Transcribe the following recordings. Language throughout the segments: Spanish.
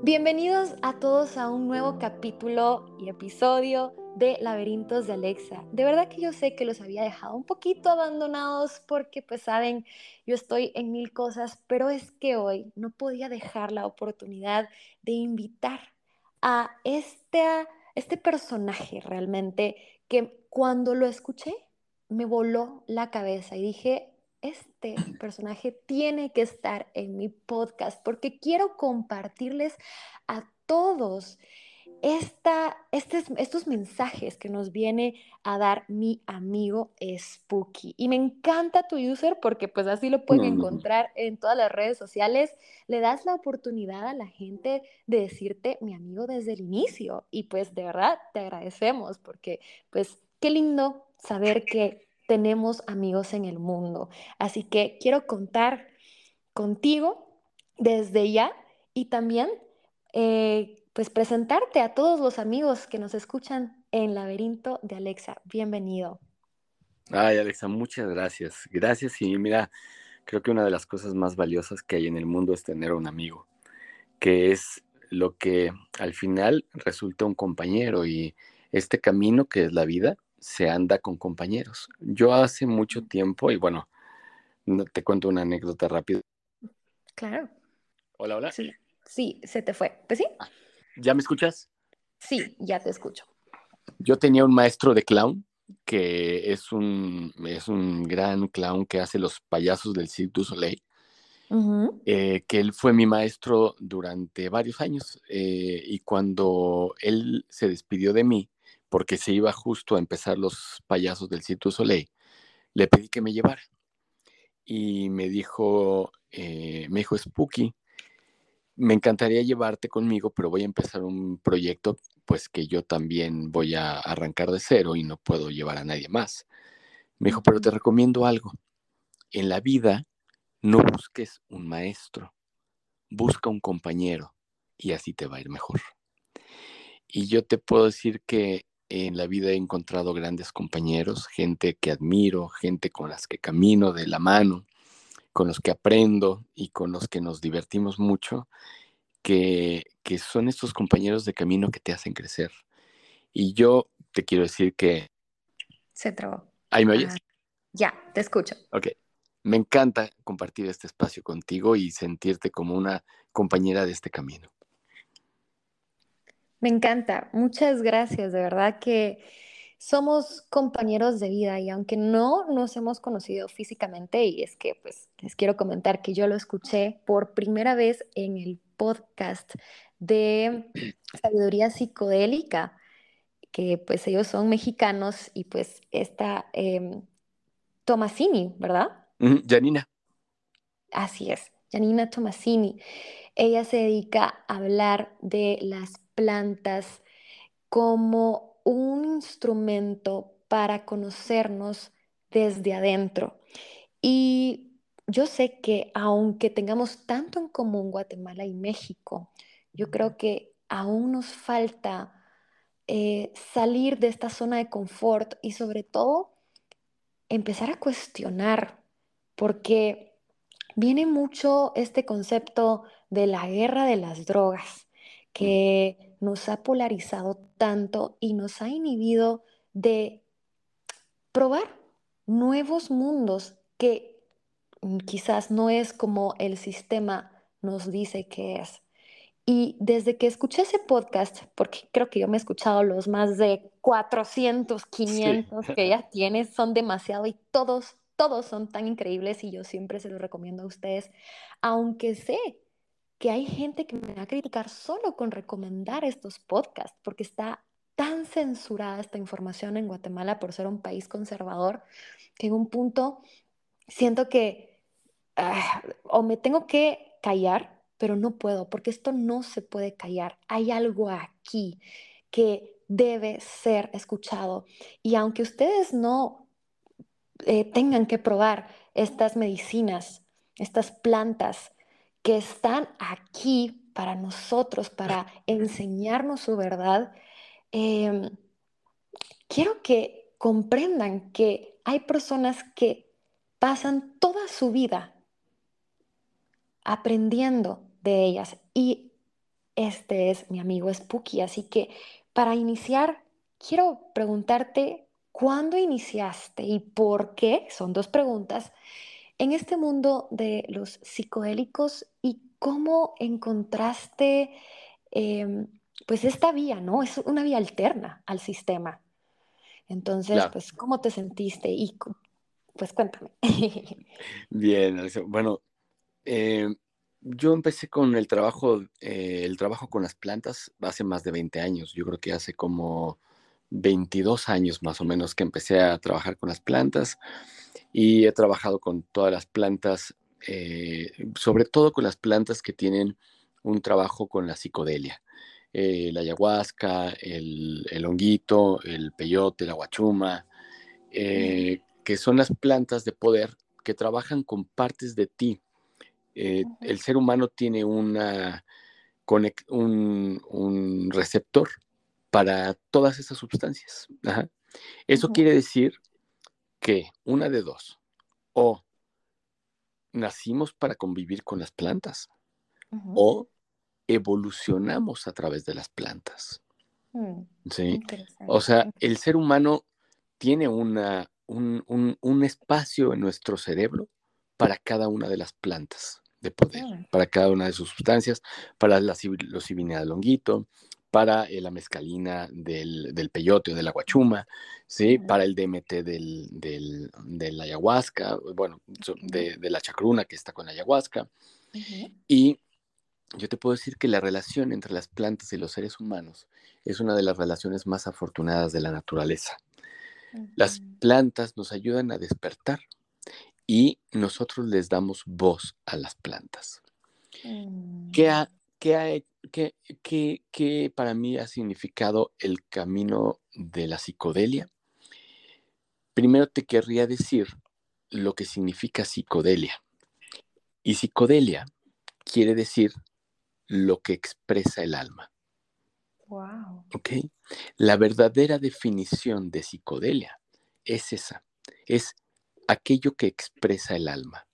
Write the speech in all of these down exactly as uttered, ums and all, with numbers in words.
Bienvenidos a todos a un nuevo capítulo y episodio de Laberintos de Alexa. De verdad que yo sé que los había dejado un poquito abandonados porque pues saben, yo estoy en mil cosas, pero es que hoy no podía dejar la oportunidad de invitar a este, este personaje realmente que cuando lo escuché me voló la cabeza y dije, este personaje tiene que estar en mi podcast porque quiero compartirles a todos esta, estes- estos mensajes que nos viene a dar mi amigo Spooky. Y me encanta tu user porque pues así lo pueden Mm. encontrar en todas las redes sociales. Le das la oportunidad a la gente de decirte mi amigo desde el inicio. Y pues de verdad te agradecemos porque pues qué lindo saber que tenemos amigos en el mundo. Así que quiero contar contigo desde ya y también eh, pues presentarte a todos los amigos que nos escuchan en Laberinto de Alexa. Bienvenido. Ay, Alexa, muchas gracias. Gracias y mira, creo que una de las cosas más valiosas que hay en el mundo es tener un amigo, que es lo que al final resulta un compañero y este camino que es la vida se anda con compañeros. Yo hace mucho tiempo, y bueno, no- te cuento una anécdota rápida. Claro, Hola, hola. sí, sí, se te fue. Pues sí, ¿Ya me escuchas? sí, ya te escucho. Yo tenía un maestro de clown que es un, es un gran clown que hace los payasos del Cirque du Soleil. Ujú. Eh, que él fue mi maestro durante varios años eh, y cuando él se despidió de mí, porque se iba justo a empezar los payasos del Cirque du Soleil, le pedí que me llevara y me dijo, eh, me dijo, Spooky, me encantaría llevarte conmigo, pero voy a empezar un proyecto pues que yo también voy a arrancar de cero y no puedo llevar a nadie más. Me dijo, pero te Ujú. recomiendo algo, en la vida no busques un maestro, busca un compañero y así te va a ir mejor. Y yo te puedo decir que en la vida he encontrado grandes compañeros, gente que admiro, gente con las que camino de la mano, con los que aprendo y con los que nos divertimos mucho, que, que son estos compañeros de camino que te hacen crecer. Y yo te quiero decir que... Se trabó. ¿Ahí me oyes? Ah, ya, te escucho. Ok. Me encanta compartir este espacio contigo y sentirte como una compañera de este camino. Me encanta, muchas gracias, de verdad que somos compañeros de vida y aunque no nos hemos conocido físicamente, y es que pues les quiero comentar que yo lo escuché por primera vez en el podcast de Sabiduría Psicodélica, que pues ellos son mexicanos y pues esta eh, Tomasini, ¿verdad? Uh -huh. Janina. Así es, Janina Tomasini. Ella se dedica a hablar de las plantas como un instrumento para conocernos desde adentro. Y yo sé que aunque tengamos tanto en común Guatemala y México, yo creo que aún nos falta eh, salir de esta zona de confort y sobre todo empezar a cuestionar, porque viene mucho este concepto de la guerra de las drogas, que nos ha polarizado tanto y nos ha inhibido de probar nuevos mundos que mm, quizás no es como el sistema nos dice que es. Y desde que escuché ese podcast, porque creo que yo me he escuchado los más de cuatrocientos, Sí. quinientos que ella tiene, son demasiado y todos, todos son tan increíbles y yo siempre se los recomiendo a ustedes, aunque sé que hay gente que me va a criticar solo con recomendar estos podcasts, porque está tan censurada esta información en Guatemala por ser un país conservador, que en un punto siento que ah, o me tengo que callar, pero no puedo, porque esto no se puede callar. Hay algo aquí que debe ser escuchado. Y aunque ustedes no eh, tengan que probar estas medicinas, estas plantas que están aquí para nosotros, para enseñarnos su verdad, eh, quiero que comprendan que hay personas que pasan toda su vida aprendiendo de ellas y este es mi amigo Spooky. Así que para iniciar, quiero preguntarte, ¿cuándo iniciaste y por qué? Son dos preguntas. En este mundo de los psicodélicos y cómo encontraste em, pues esta vía, ¿no? Es una vía alterna al sistema. Entonces, Claro. pues, ¿cómo te sentiste? Y cu- pues cuéntame. Bien, Alicia. Bueno, eh, yo empecé con el trabajo, eh, el trabajo con las plantas hace más de veinte años. Yo creo que hace como veintidós años más o menos que empecé a trabajar con las plantas y he trabajado con todas las plantas, eh, sobre todo con las plantas que tienen un trabajo con la psicodelia. Eh, la ayahuasca, el, el honguito, el peyote, la guachuma, Mm, eh, que son las plantas de poder que trabajan con partes de ti. Eh, ujú, el ser humano tiene una, un, un receptor para todas esas sustancias. Ajá. Eso ujú, quiere decir que una de dos, o nacimos para convivir con las plantas, ujú. o evolucionamos a través de las plantas. Mm, ¿Sí? O interesante. sea, el ser humano tiene una, un, un, un espacio en nuestro cerebro para cada una de las plantas de poder, Mm, para cada una de sus sustancias, para la psilocibina del honguito, para eh, la mescalina del, del peyote o de la guachuma, ¿sí? ujú, Para el D M T del, del, de la ayahuasca, bueno, so- ujú, de, de la chacruna que está con la ayahuasca. ujú, Y yo te puedo decir que la relación entre las plantas y los seres humanos es una de las relaciones más afortunadas de la naturaleza. Las ujú, plantas nos ayudan a despertar y nosotros les damos voz a las plantas. ¿Qué, mm, ha, qué, ha, qué, qué, qué para mí ha significado el camino de la psicodelia? Primero te querría decir lo que significa psicodelia. Y psicodelia quiere decir lo que expresa el alma. wow. ¿Ok? La verdadera definición de psicodelia es esa, es aquello que expresa el alma.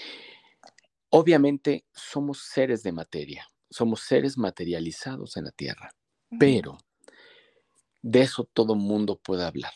Obviamente somos seres de materia, somos seres materializados en la tierra, Ujú, pero de eso todo mundo puede hablar,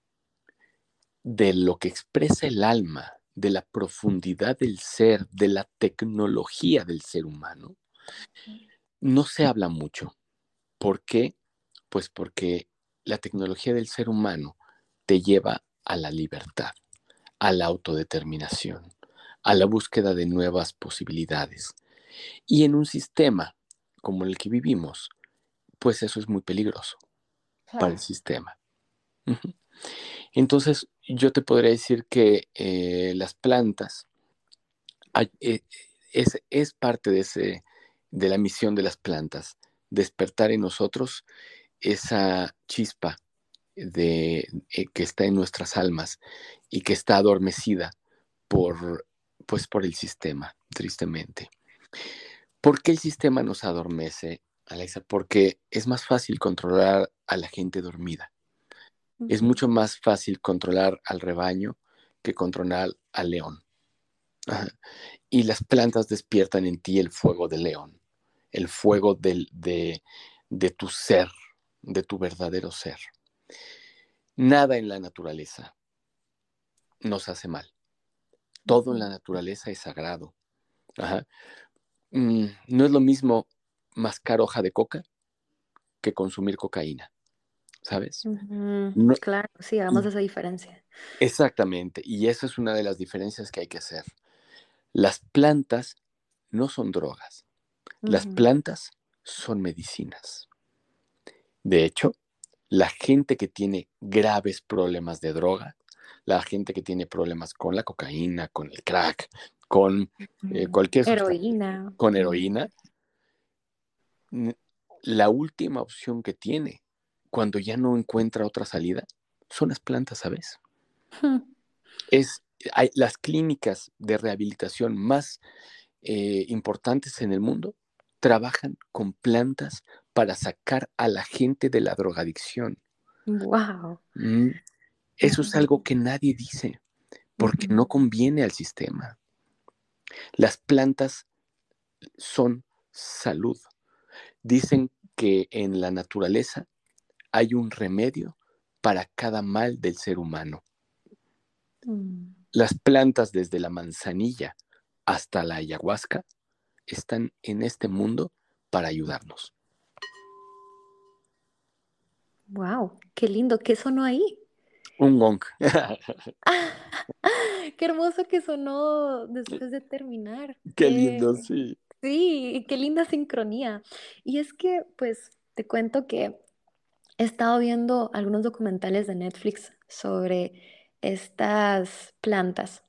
de lo que expresa el alma, de la profundidad del ser, de la tecnología del ser humano, no se habla mucho. ¿Por qué? Pues porque la tecnología del ser humano te lleva a la libertad, a la autodeterminación, a la búsqueda de nuevas posibilidades. Y en un sistema como el que vivimos, pues eso es muy peligroso para el claro. sistema. Ujú. Entonces, yo te podría decir que eh, las plantas hay- eh, es, es parte de, ese, de la misión de las plantas, despertar en nosotros esa chispa de, eh, que está en nuestras almas y que está adormecida por, pues, por el sistema, tristemente. ¿Por qué el sistema nos adormece, Alexa? Porque es más fácil controlar a la gente dormida. Es Ujú, mucho más fácil controlar al rebaño que controlar al león. Ajá. Y las plantas despiertan en ti el fuego del león, el fuego del, de, de tu ser, de tu verdadero ser. Nada en la naturaleza nos hace mal. Todo en ujú. la naturaleza es sagrado. Ajá. Mm, no es lo mismo mascar hoja de coca que consumir cocaína, ¿sabes? Ujú, No, claro, sí, hagamos y esa diferencia. exactamente, y esa es una de las diferencias que hay que hacer. Las plantas no son drogas, las Ujú, plantas son medicinas. De hecho, la gente que tiene graves problemas de droga, la gente que tiene problemas con la cocaína, con el crack, con eh, ujú. cualquier sustancia, Heroína. con Mm. heroína, la última opción que tiene cuando ya no encuentra otra salida son las plantas, ¿sabes? Es, hay, las clínicas de rehabilitación más eh, importantes en el mundo trabajan con plantas para sacar a la gente de la drogadicción. Wow. Mm, Eso es algo que nadie dice porque no conviene al sistema. Las plantas son salud. Dicen que en la naturaleza hay un remedio para cada mal del ser humano. Mm. Las plantas, desde la manzanilla hasta la ayahuasca, están en este mundo para ayudarnos. Wow, qué lindo, ¿qué sonó ahí? Un gong. Qué hermoso que sonó después de terminar. Qué Qué, lindo, sí. sí, qué linda sincronía. Y es que, pues, te cuento que he estado viendo algunos documentales de Netflix sobre estas plantas.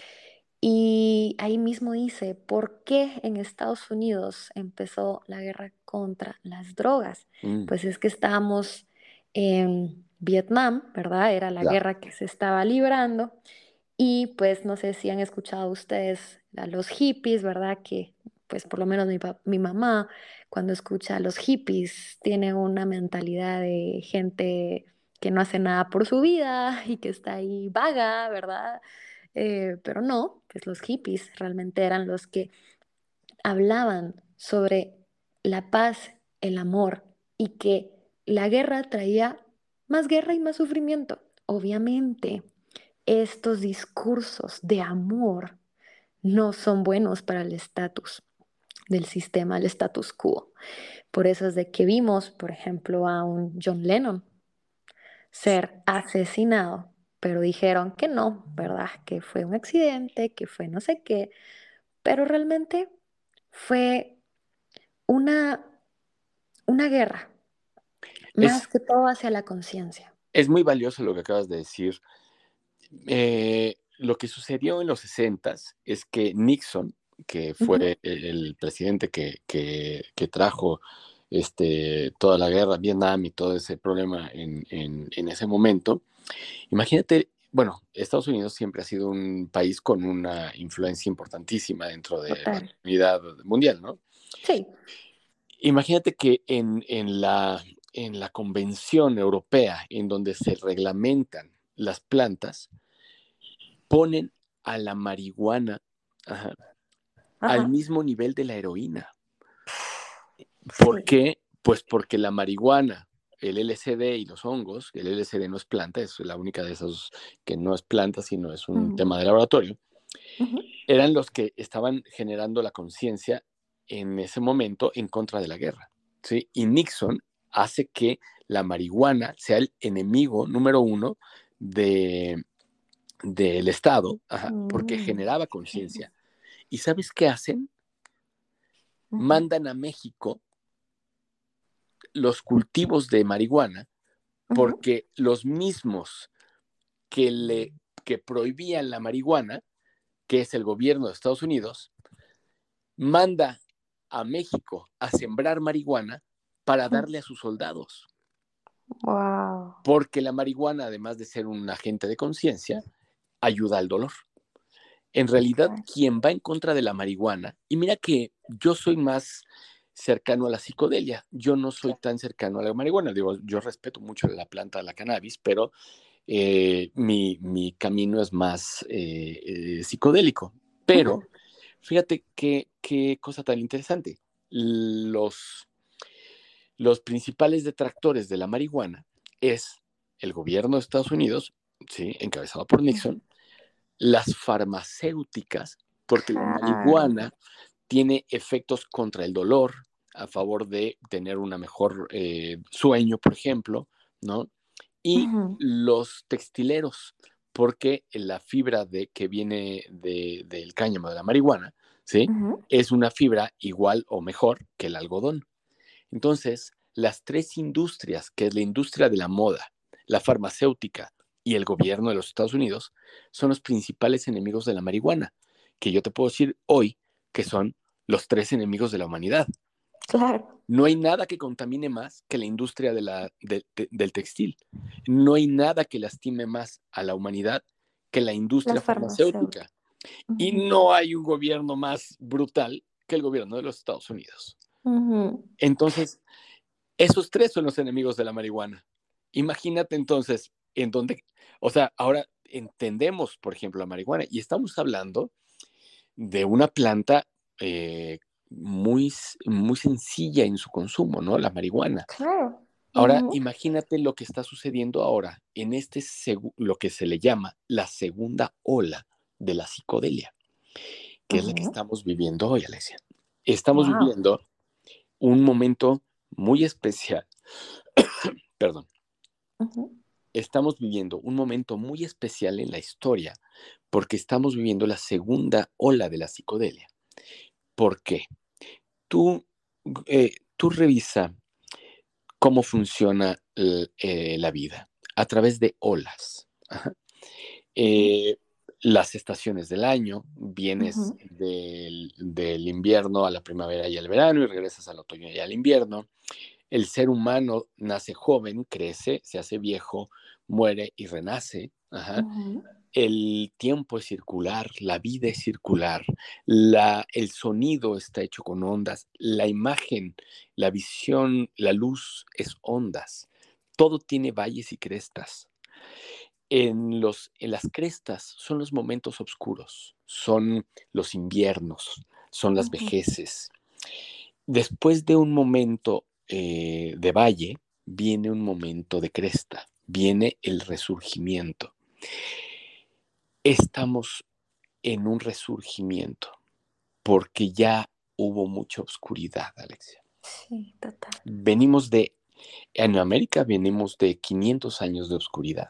Y ahí mismo dice, ¿por qué en Estados Unidos empezó la guerra contra las drogas? Mm, Pues es que estábamos en Vietnam, ¿verdad? Era la claro. guerra que se estaba librando. Y pues no sé si han escuchado ustedes a los hippies, ¿verdad? Que pues por lo menos mi, pa- mi mamá cuando escucha a los hippies tiene una mentalidad de gente que no hace nada por su vida y que está ahí vaga, ¿verdad? Eh, pero no, pues los hippies realmente eran los que hablaban sobre la paz, el amor y que la guerra traía más guerra y más sufrimiento. Obviamente, estos discursos de amor no son buenos para el estatus del sistema, el status quo. Por eso es de que vimos, por ejemplo, a un John Lennon ser asesinado, pero dijeron que no, ¿verdad? Que fue un accidente, que fue no sé qué, pero realmente fue una, una guerra, más Es, que todo hacia la conciencia. es muy valioso lo que acabas de decir. Eh, lo que sucedió en los sesentas es que Nixon, que Ujú. fue el, el presidente que, que, que trajo este, toda la guerra, Vietnam y todo ese problema en, en, en ese momento, imagínate, bueno, Estados Unidos siempre ha sido un país con una influencia importantísima dentro de la Total. comunidad mundial, ¿no? Sí. Imagínate que en, en, la, en la Convención Europea, en donde se reglamentan las plantas, ponen a la marihuana, ajá, al Ajá. mismo nivel de la heroína. ¿Por Sí. qué? Pues porque la marihuana, el L S D y los hongos, el L S D no es planta, es la única de esos que no es planta, sino es un Ujú, tema de laboratorio, ujú, eran los que estaban generando la conciencia en ese momento en contra de la guerra, ¿sí? Y Nixon hace que la marihuana sea el enemigo número uno de, del Estado, ajá, porque mm, generaba sí, conciencia. ¿Y sabes qué hacen? ujú, Mandan a México los cultivos de marihuana ujú, porque los mismos que le que prohibían la marihuana, que es el gobierno de Estados Unidos, manda a México a sembrar marihuana para ujú. darle a sus soldados. Wow. Porque la marihuana, además de ser un agente de conciencia, ayuda al dolor. En realidad, Claro. quien va en contra de la marihuana, y mira que yo soy más cercano a la psicodelia, yo no soy tan cercano a la marihuana, digo, yo respeto mucho la planta de la cannabis, pero eh, mi, mi, camino es más eh, eh, psicodélico. Ujú, Pero fíjate qué, qué cosa tan interesante. Los, los principales detractores de la marihuana es el gobierno de Estados Unidos, ¿sí? Encabezado por ujú. Nixon, las farmacéuticas, porque la Claro. marihuana tiene efectos contra el dolor, a favor de tener una mejor eh, sueño, por ejemplo, ¿no? Y Ujú, los textileros, porque la fibra de, que viene de, del cáñamo de la marihuana, ¿sí? ujú. Es una fibra igual o mejor que el algodón. Entonces, las tres industrias, que es la industria de la moda, la farmacéutica y el gobierno de los Estados Unidos, son los principales enemigos de la marihuana, que yo te puedo decir hoy que son los tres enemigos de la humanidad. Claro. No hay nada que contamine más que la industria de la, de, de, del textil. No hay nada que lastime más a la humanidad que la industria Las farmacéutica. farmacéuticas. Y Ujú, no hay un gobierno más brutal que el gobierno de los Estados Unidos. ujú. Entonces, esos tres son los enemigos de la marihuana. Imagínate entonces en donde, o sea, ahora entendemos, por ejemplo, la marihuana y estamos hablando de una planta eh, muy, muy sencilla en su consumo, ¿no? La marihuana. Claro. Ahora, Ujú, imagínate lo que está sucediendo ahora en este, lo que se le llama la segunda ola de la psicodelia, que es la que ujú. estamos viviendo hoy, Alesia. Estamos Wow. viviendo un momento muy especial, perdón, Ujú, estamos viviendo un momento muy especial en la historia porque estamos viviendo la segunda ola de la psicodelia. ¿Por qué? Tú, eh, tú revisa cómo funciona l- eh, la vida a través de olas. Ajá. ujú, Eh, las estaciones del año, vienes ujú, del, del invierno a la primavera y al verano y regresas al otoño y al invierno. El ser humano nace joven, crece, se hace viejo, muere y renace. Ajá. ujú, El tiempo es circular, la vida es circular, la, el sonido está hecho con ondas, la imagen, la visión, la luz es ondas. Todo tiene valles y crestas. En, los, en las crestas son los momentos oscuros, son los inviernos, son las ujú. vejeces. Después de un momento eh, de valle, viene un momento de cresta, viene el resurgimiento. Estamos en un resurgimiento porque ya hubo mucha oscuridad, Alexia. Sí, total. Venimos de, en América venimos de quinientos años de oscuridad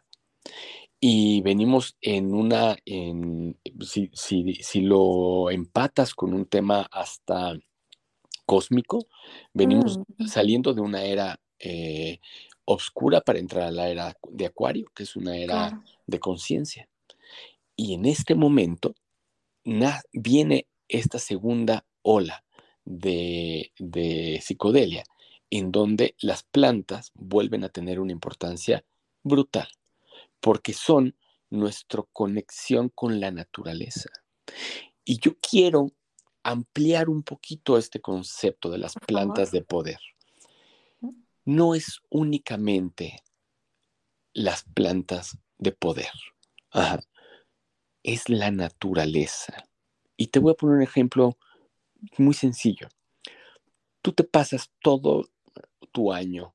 y venimos en una, en, si, si, si lo empatas con un tema hasta cósmico, venimos Mm, ujú, saliendo de una era eh, oscura para entrar a la era de Acuario, que es una era claro. de conciencia. Y en este momento na- viene esta segunda ola de, de psicodelia, en donde las plantas vuelven a tener una importancia brutal, porque son nuestra conexión con la naturaleza. Y yo quiero ampliar un poquito este concepto de las Por favor. plantas de poder. No es únicamente las plantas de poder, ajá, es la naturaleza. Y te voy a poner un ejemplo muy sencillo. Tú te pasas todo tu año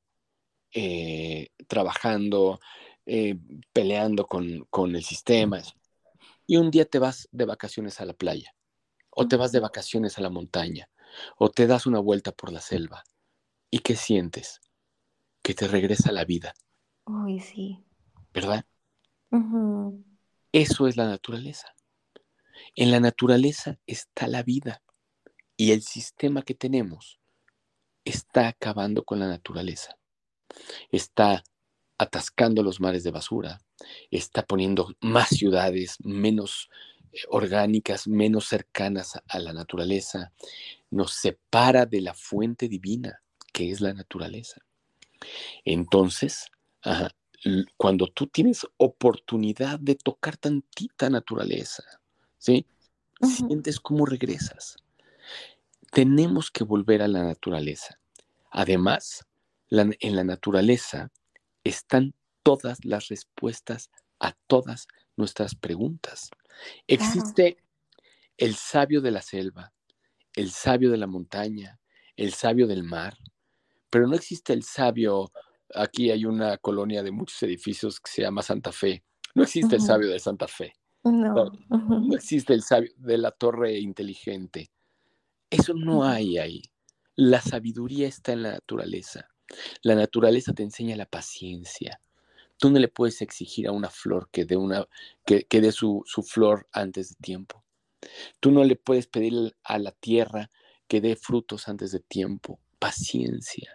eh, trabajando, eh, peleando con, con el sistema, y un día te vas de vacaciones a la playa, o te vas de Ujú. vacaciones a la montaña, o te das una vuelta por la selva. ¿Y qué sientes? Que te regresa la vida, Uy, sí. ¿verdad? Ujú, Eso es la naturaleza. En la naturaleza está la vida y el sistema que tenemos está acabando con la naturaleza. Está atascando los mares de basura, está poniendo más ciudades menos eh, orgánicas, menos cercanas a, a la naturaleza, nos separa de la fuente divina que es la naturaleza. Entonces, ajá, l- cuando tú tienes oportunidad de tocar tantita naturaleza, ¿sí? ujú. Sientes cómo regresas. Tenemos que volver a la naturaleza. Además, la- en la naturaleza están todas las respuestas a todas nuestras preguntas. Claro. Existe el sabio de la selva, el sabio de la montaña, el sabio del mar, pero no existe el sabio. Aquí hay una colonia de muchos edificios que se llama Santa Fe. No existe el Ujú. sabio de Santa Fe. No, No. no Ujú, existe el sabio de la torre inteligente. Eso no ujú. hay ahí. La sabiduría está en la naturaleza. La naturaleza te enseña la paciencia. Tú no le puedes exigir a una flor que dé, una, que, que dé su, su flor antes de tiempo. Tú no le puedes pedir a la tierra que dé frutos antes de tiempo. Paciencia.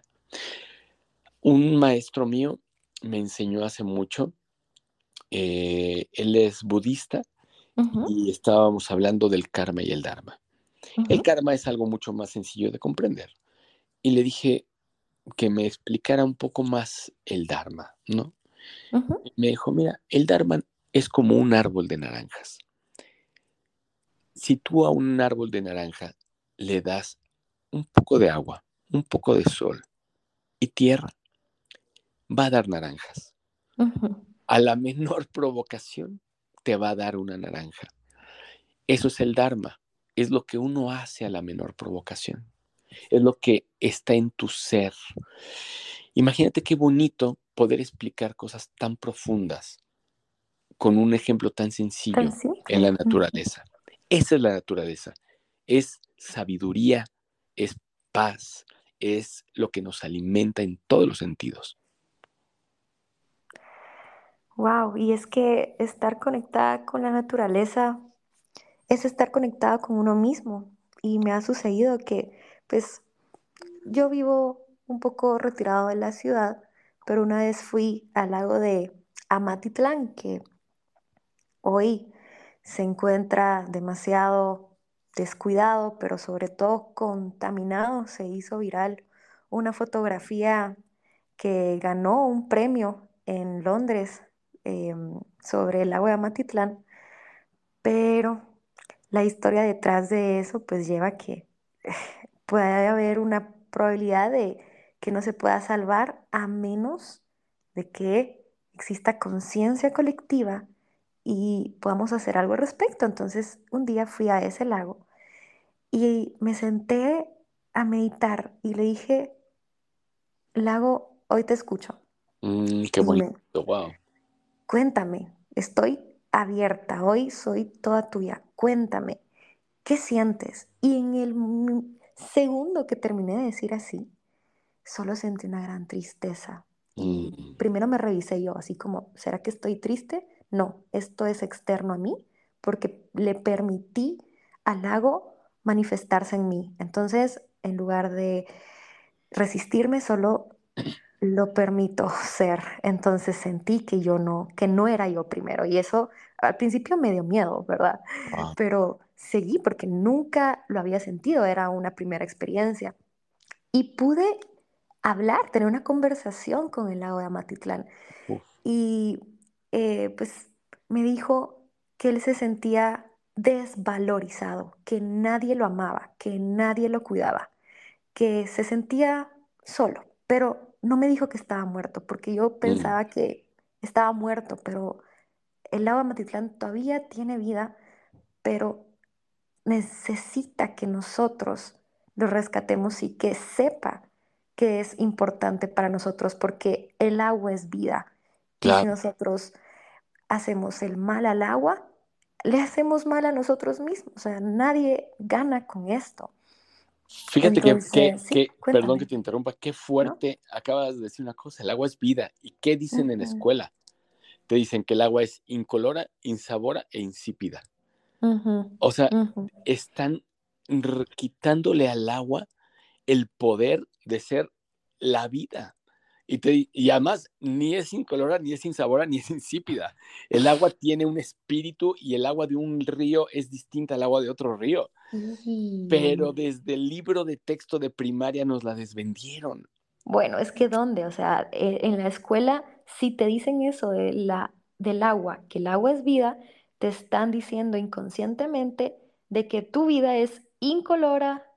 Un maestro mío me enseñó hace mucho, eh, él es budista Ujú, y estábamos hablando del karma y el dharma. El ujú, karma es algo mucho más sencillo de comprender. Y le dije que me explicara un poco más el dharma, ¿no? ujú, Me dijo, mira, el dharma es como un árbol de naranjas. Si tú a un árbol de naranja le das un poco de agua, un poco de sol y tierra, va a dar naranjas. ujú. A la menor provocación te va a dar una naranja. Eso es el Dharma. es lo que uno hace a la menor provocación. Es lo que está en tu ser. Imagínate qué bonito poder explicar cosas tan profundas con un ejemplo tan Tan sencillo en la simple. Ujú. naturaleza. Esa es la naturaleza. Es sabiduría, es paz, es lo que nos alimenta en todos los sentidos. Wow, y es que estar conectada con la naturaleza es estar conectada con uno mismo. Y me ha sucedido que, pues, yo vivo un poco retirado de la ciudad, pero una vez fui al lago de Amatitlán, que hoy se encuentra demasiado descuidado, pero sobre todo contaminado. Se hizo viral una fotografía que ganó un premio en Londres em, sobre el lago de Amatitlán, pero la historia detrás de eso pues lleva a que puede haber una probabilidad de que no se pueda salvar a menos de que exista conciencia colectiva y podamos hacer algo al respecto. Entonces, un día fui a ese lago y me senté a meditar y le dije, lago, hoy te escucho. Mm, qué bonito, Dime, wow. cuéntame, estoy abierta, hoy soy toda tuya. Cuéntame, ¿qué sientes? Y en el mi- segundo que terminé de decir así, solo sentí una gran tristeza. Y Mm, primero me revisé yo, así como, ¿será que estoy triste? No, esto es externo a mí porque le permití al lago manifestarse en mí. Entonces, en lugar de resistirme, solo lo permito ser. Entonces sentí que yo no, que no era yo primero. Y eso al principio me dio miedo, ¿verdad? wow. Pero seguí porque nunca lo había sentido, era una primera experiencia. Y pude hablar, tener una conversación con el lago de Amatitlán. Uf, Y eh, pues me dijo que él se sentía desvalorizado, que nadie lo amaba, que nadie lo cuidaba, que se sentía solo, pero no me dijo que estaba muerto, porque yo mm, pensaba que estaba muerto, pero el lago de Amatitlán todavía tiene vida, pero necesita que nosotros lo rescatemos y que sepa que es importante para nosotros porque el agua es vida. Y si claro. nosotros hacemos el mal al agua, le hacemos mal a nosotros mismos. O sea, nadie gana con esto. Fíjate que, que, Entonces, sí, que, perdón que cuéntame, te interrumpa, qué ¿no? fuerte acabas de decir una cosa, el agua es vida. ¿Y qué dicen en la Ujú, escuela? Te dicen que el agua es incolora, insabora e insípida. ujú, O sea, ujú. están r- quitándole al agua el poder de ser la vida. Y, te, y además, ni es incolora, ni es insabora, ni es insípida. El agua tiene un espíritu y el agua de un río es distinta al agua de otro río. Y Pero desde el libro de texto de primaria nos la desvendieron. bueno, es que ¿dónde? O sea, e- en la escuela, si te dicen eso de la, del agua, que el agua es vida, te están diciendo inconscientemente de que tu vida es incolora,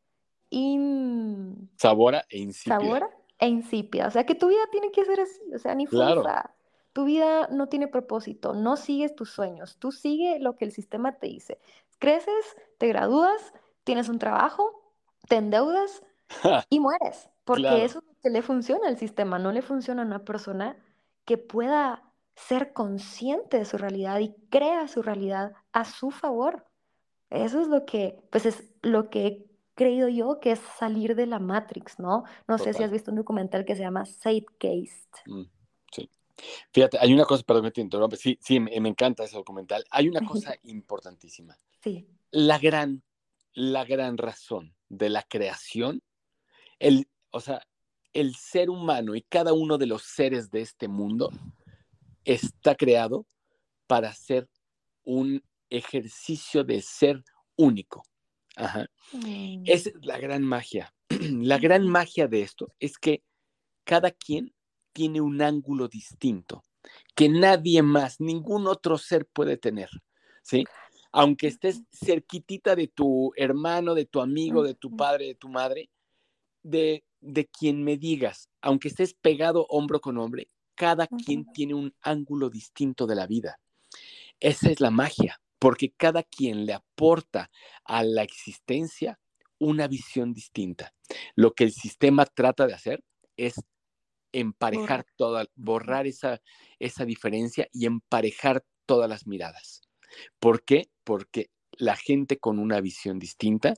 insabora Sabora e insípida. e insípida. O sea, que tu vida tiene que ser así, o sea, ni fu ni Claro. fa. Tu vida no tiene propósito, no sigues tus sueños, tú sigue lo que el sistema te dice. Creces, te gradúas, tienes un trabajo, te endeudas y mueres, porque Claro. eso es lo que le funciona al sistema, no le funciona a una persona que pueda ser consciente de su realidad y crea su realidad a su favor. Eso es lo que, pues es lo que he creído yo que es salir de la Matrix, ¿no? No sé si Total. has visto un documental que se llama Zeitgeist. Mm, sí. Fíjate, hay una cosa, perdón que te interrumpa, sí, sí, me, me encanta ese documental. Hay una cosa importantísima. Sí. La gran, la gran razón de la creación, el, o sea, el ser humano y cada uno de los seres de este mundo está creado para hacer un ejercicio de ser único. Ajá. Mm, Esa es la gran magia. La gran ujú, magia de esto es que cada quien tiene un ángulo distinto que nadie más, ningún otro ser puede tener, ¿sí? Aunque estés cerquitita de tu hermano, de tu amigo, de tu ujú, padre, de tu madre, de, de quien me digas, aunque estés pegado hombro con hombre, cada ujú, quien tiene un ángulo distinto de la vida. Esa es la magia. porque cada quien le aporta a la existencia una visión distinta. Lo que el sistema trata de hacer es emparejar Borrar. toda, Ujú. borrar esa, esa diferencia y emparejar todas las miradas. ¿Por qué? Porque la gente con una visión distinta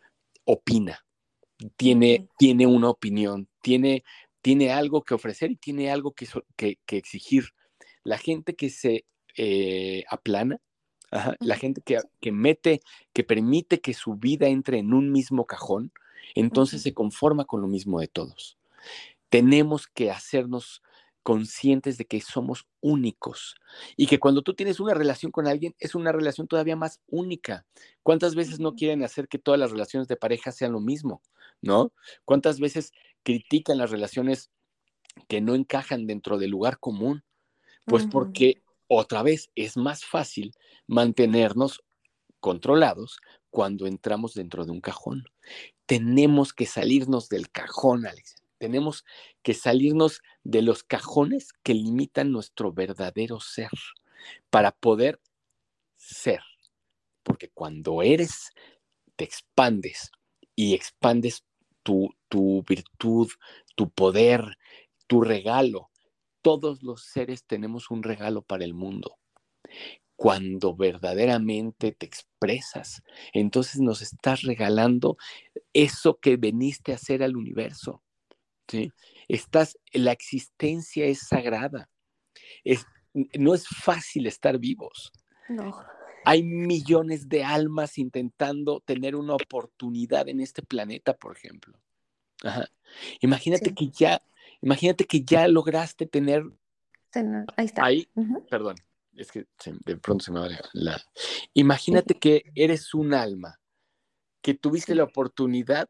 opina, tiene, Ujú. tiene una opinión, tiene, tiene algo que ofrecer y tiene algo que, que, que exigir. La gente que se eh, aplana, ajá, la Ujú. gente que, Sí. que mete, que permite que su vida entre en un mismo cajón, entonces Ujú. se conforma con lo mismo de todos. Tenemos que hacernos conscientes de que somos únicos y que cuando tú tienes una relación con alguien es una relación todavía más única. ¿Cuántas veces no Ujú. quieren hacer que todas las relaciones de pareja sean lo mismo? ¿No? ¿Cuántas veces critican las relaciones que no encajan dentro del lugar común? Pues Ujú. porque otra vez es más fácil mantenernos controlados cuando entramos dentro de un cajón. Tenemos que salirnos del cajón, Alex. Tenemos que salirnos de los cajones que limitan nuestro verdadero ser para poder ser. Porque cuando eres, te expandes y expandes tu, tu virtud, tu poder, tu regalo. Todos los seres tenemos un regalo para el mundo. Cuando verdaderamente te expresas, entonces nos estás regalando eso que veniste a hacer al universo. ¿Sí? Estás, la existencia es sagrada. Es, no es fácil estar vivos. No. Hay millones de almas intentando tener una oportunidad en este planeta, por ejemplo. Ajá. Imagínate Sí. que ya, imagínate que ya lograste tener Sí, no, ahí está. ahí, Ujú. perdón, es que se, de pronto se me va la, la... Imagínate Sí. que eres un alma, que tuviste la Sí. oportunidad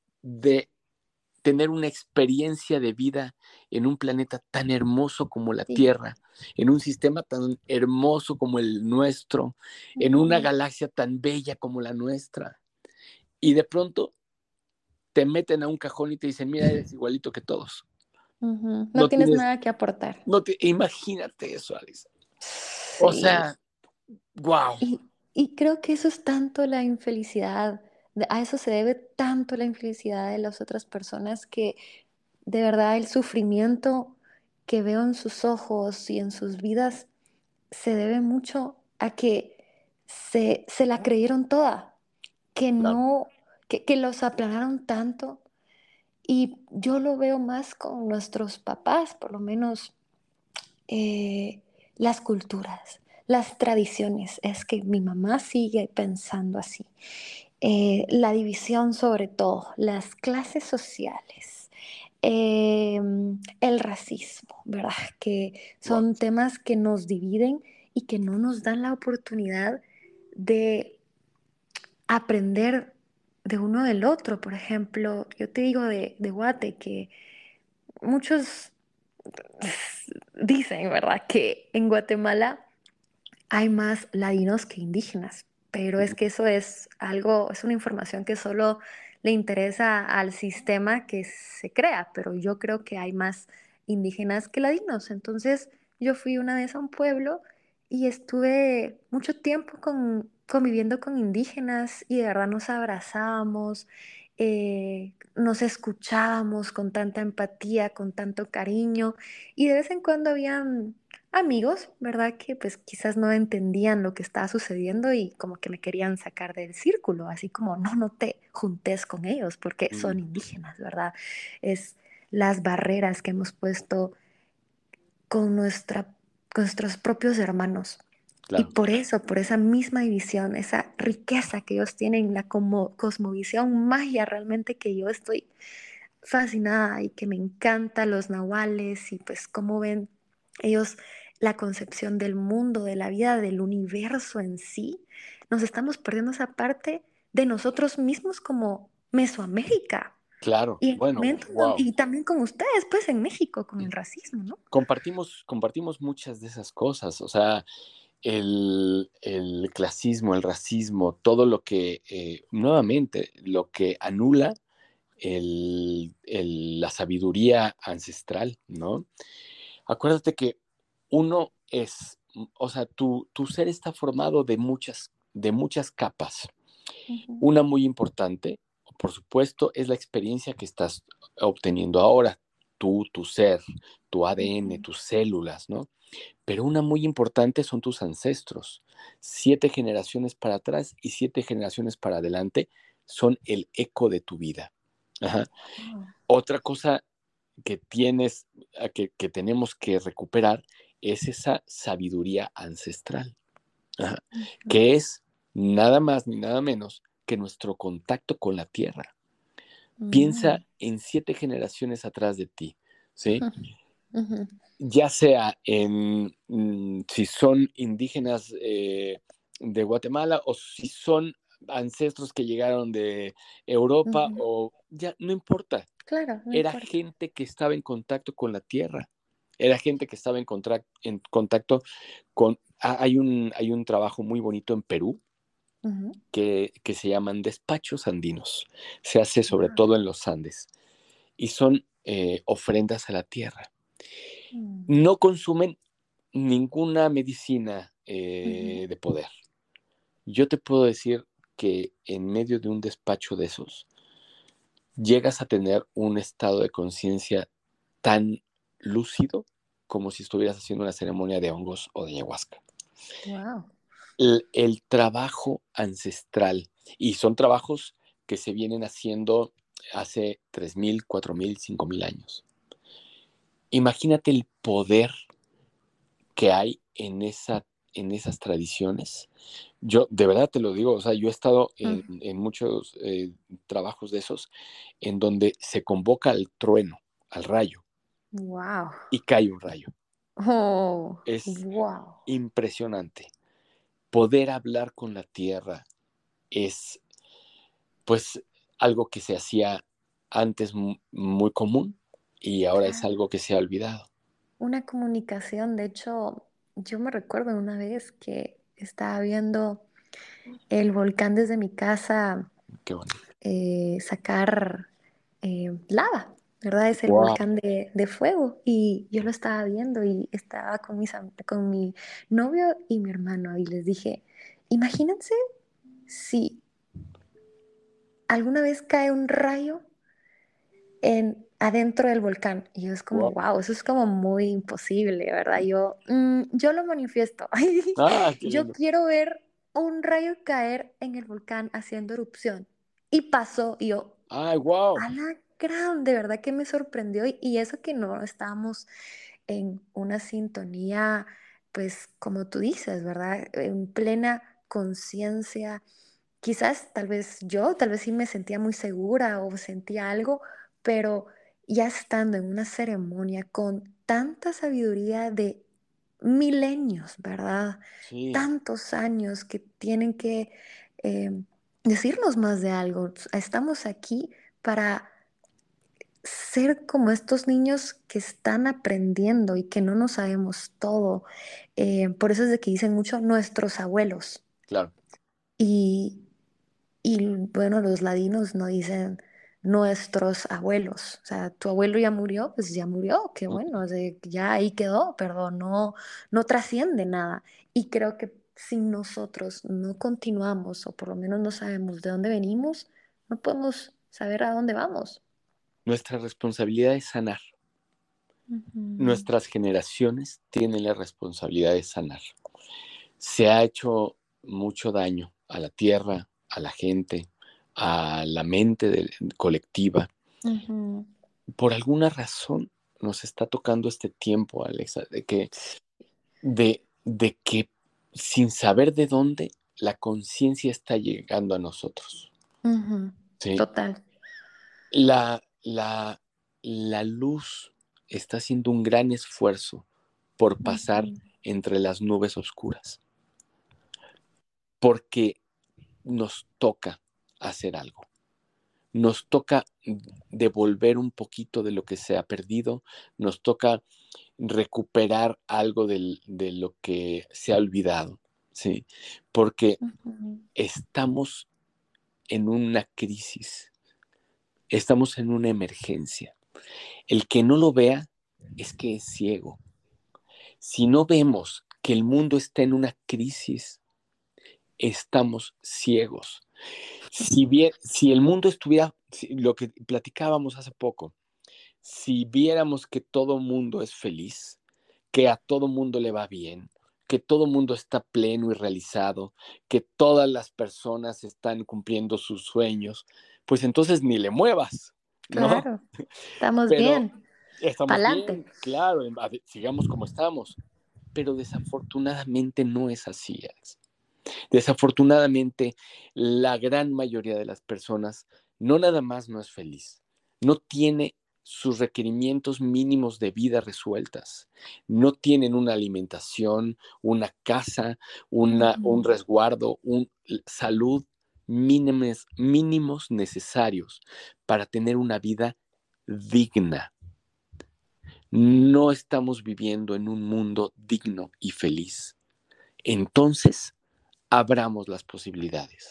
de tener una experiencia de vida en un planeta tan hermoso como la Sí. Tierra, en un sistema tan hermoso como el nuestro, en una Ujú. galaxia tan bella como la nuestra. Y de pronto te meten a un cajón y te dicen, mira, eres igualito que todos. Ujú. No No tienes tienes, nada que aportar. no te, imagínate eso, Alex. O Sí. sea, wow. Y, y creo que eso es tanto la infelicidad, de- a eso se debe tanto la infelicidad de las otras personas que de verdad el sufrimiento que veo en sus ojos y en sus vidas se debe mucho a que se, se la creyeron toda, que Claro, no, que, que los aplanaron tanto. Y yo lo veo más con nuestros papás, por lo menos eh, las culturas, las tradiciones. Es que mi mamá sigue pensando así. Eh, la división sobre todo, las clases sociales, eh, el racismo, ¿verdad? Que wow, son temas que nos dividen y que no nos dan la oportunidad de aprender de uno del otro. Por ejemplo, yo te digo de, de Guate que muchos dicen, ¿verdad?, que en Guatemala hay más ladinos que indígenas, pero es que eso es algo, es una información que solo le interesa al sistema que se crea, pero yo creo que hay más indígenas que ladinos. Entonces, yo fui una vez a un pueblo y estuve mucho tiempo con, conviviendo con indígenas y de verdad nos abrazábamos, eh, nos escuchábamos con tanta empatía, con tanto cariño y de vez en cuando habían amigos, ¿verdad? Que pues quizás no entendían lo que estaba sucediendo y como que me querían sacar del círculo, así como no, no te juntes con ellos porque son indígenas, ¿verdad? Es las barreras que hemos puesto con, nuestra, con nuestros propios hermanos. Y claro. por eso, por esa misma división, esa riqueza que ellos tienen, la como, cosmovisión, magia realmente que yo estoy fascinada y que me encanta los nahuales y pues cómo ven ellos la concepción del mundo, de la vida, del universo en sí, nos estamos perdiendo esa parte de nosotros mismos como Mesoamérica. Claro, Y, en bueno, momentos don- wow. y también con ustedes, pues en México, con el racismo, ¿no? Compartimos, compartimos muchas de esas cosas, o sea, el, el clasismo, el racismo, todo lo que, eh, nuevamente, lo que anula el, el- la sabiduría ancestral, ¿no? Acuérdate que uno es o sea, tu, tu ser está formado de muchas, de muchas capas. Ujú, Una muy importante, por supuesto, es la experiencia que estás obteniendo ahora, tú, tu ser, tu A D N, ujú. tus células, ¿no? Pero una muy importante son tus ancestros. Siete generaciones para atrás y siete generaciones para adelante son el eco de tu vida. Ajá. Oh, Otra cosa que tienes, que, que tenemos que recuperar es esa sabiduría ancestral, ajá, ujú, que es nada más ni nada menos que nuestro contacto con la tierra. Piensa mm, en siete generaciones atrás de ti, ¿sí? ujú, Ya sea en mm, si son indígenas eh, de Guatemala o si son ancestros que llegaron de Europa ujú. o ya no importa, Claro, no era importa. gente que estaba en contacto con la tierra, era gente que estaba en, contra- en contacto con... ah, hay, un, hay un trabajo muy bonito en Perú Ujú. que, que se llaman despachos andinos, se hace sobre Wow. todo en los Andes y son eh, ofrendas a la tierra. Mm, No consumen ninguna medicina ujú. eh, de poder. Yo te puedo decir que en medio de un despacho de esos, llegas a tener un estado de conciencia tan lúcido como si estuvieras haciendo una ceremonia de hongos o de ayahuasca. Wow. El, el trabajo ancestral, y son trabajos que se vienen haciendo hace tres mil, cuatro mil, cinco mil años. Imagínate el poder que hay en, esa, en esas tradiciones. Yo de verdad te lo digo, o sea, yo he estado en, en muchos eh, trabajos de esos en donde se convoca al trueno, al rayo, Wow. y cae un rayo. Oh, Es wow. impresionante. Poder hablar con la tierra es, pues, algo que se hacía antes muy común y ahora es Claro. algo que se ha olvidado. Una comunicación, de hecho, yo me recuerdo una vez que estaba viendo el volcán desde mi casa Qué bonito. eh, sacar eh, lava, ¿verdad? Es el Wow. volcán de, de fuego y yo lo estaba viendo y estaba con, mis, am- con mi novio y mi hermano y les dije, imagínense si alguna vez cae un rayo en, adentro del volcán. Y yo es como, Wow. wow, eso es como muy imposible, ¿verdad? Yo, "Mm, yo lo manifiesto. Ah, qué Yo lindo. quiero ver un rayo caer en el volcán haciendo erupción. Y pasó, y yo, Ay, wow. a la gran, de verdad que me sorprendió. Y, y eso que no estábamos en una sintonía, pues como tú dices, ¿verdad? En plena conciencia. Quizás, tal vez yo, tal vez sí me sentía muy segura o sentía algo, pero ya estando en una ceremonia con tanta sabiduría de milenios, ¿verdad? Sí, Tantos años que tienen que eh, decirnos más de algo. Estamos aquí para ser como estos niños que están aprendiendo y que no nos sabemos todo. Eh, por eso es de que dicen mucho nuestros abuelos. claro. Y, y bueno, los ladinos no dicen nuestros abuelos. O sea, tu abuelo ya murió, pues ya murió, qué bueno, o sea, ya ahí quedó, perdón, no, no trasciende nada. Y creo que si nosotros no continuamos, o por lo menos no sabemos de dónde venimos, no podemos saber a dónde vamos. Nuestra responsabilidad es sanar. Ujú, Nuestras generaciones tienen la responsabilidad de sanar. Se ha hecho mucho daño a la tierra, a la gente, a la mente de- colectiva. ujú. Por alguna razón nos está tocando este tiempo, Alexa, de que, de, de que sin saber de dónde, la conciencia está llegando a nosotros. Ujú, ¿Sí? total. La, la, la luz está haciendo un gran esfuerzo por pasar Ujú, entre las nubes oscuras, porque nos toca hacer algo. Nos toca devolver un poquito de lo que se ha perdido, nos toca recuperar algo del- de lo que se ha olvidado, ¿sí? Porque ujú, estamos en una crisis, estamos en una emergencia. El que no lo vea es que es ciego. Si no vemos que el mundo está en una crisis, estamos ciegos. Si bien, si el mundo estuviera, si, lo que platicábamos hace poco, si viéramos que todo mundo es feliz, que a todo mundo le va bien, que todo mundo está pleno y realizado, que todas las personas están cumpliendo sus sueños, pues entonces ni le muevas, ¿no? Claro, estamos Pero bien. estamos Pa'lante. bien, claro, sigamos como estamos. Pero desafortunadamente no es así, Alex. Desafortunadamente, la gran mayoría de las personas no nada más no es feliz, no tiene sus requerimientos mínimos de vida resueltas, no tienen una alimentación, una casa, una, un Ujú. resguardo, un salud mínimos, mínimos necesarios para tener una vida digna. No estamos viviendo en un mundo digno y feliz. Entonces, abramos las posibilidades.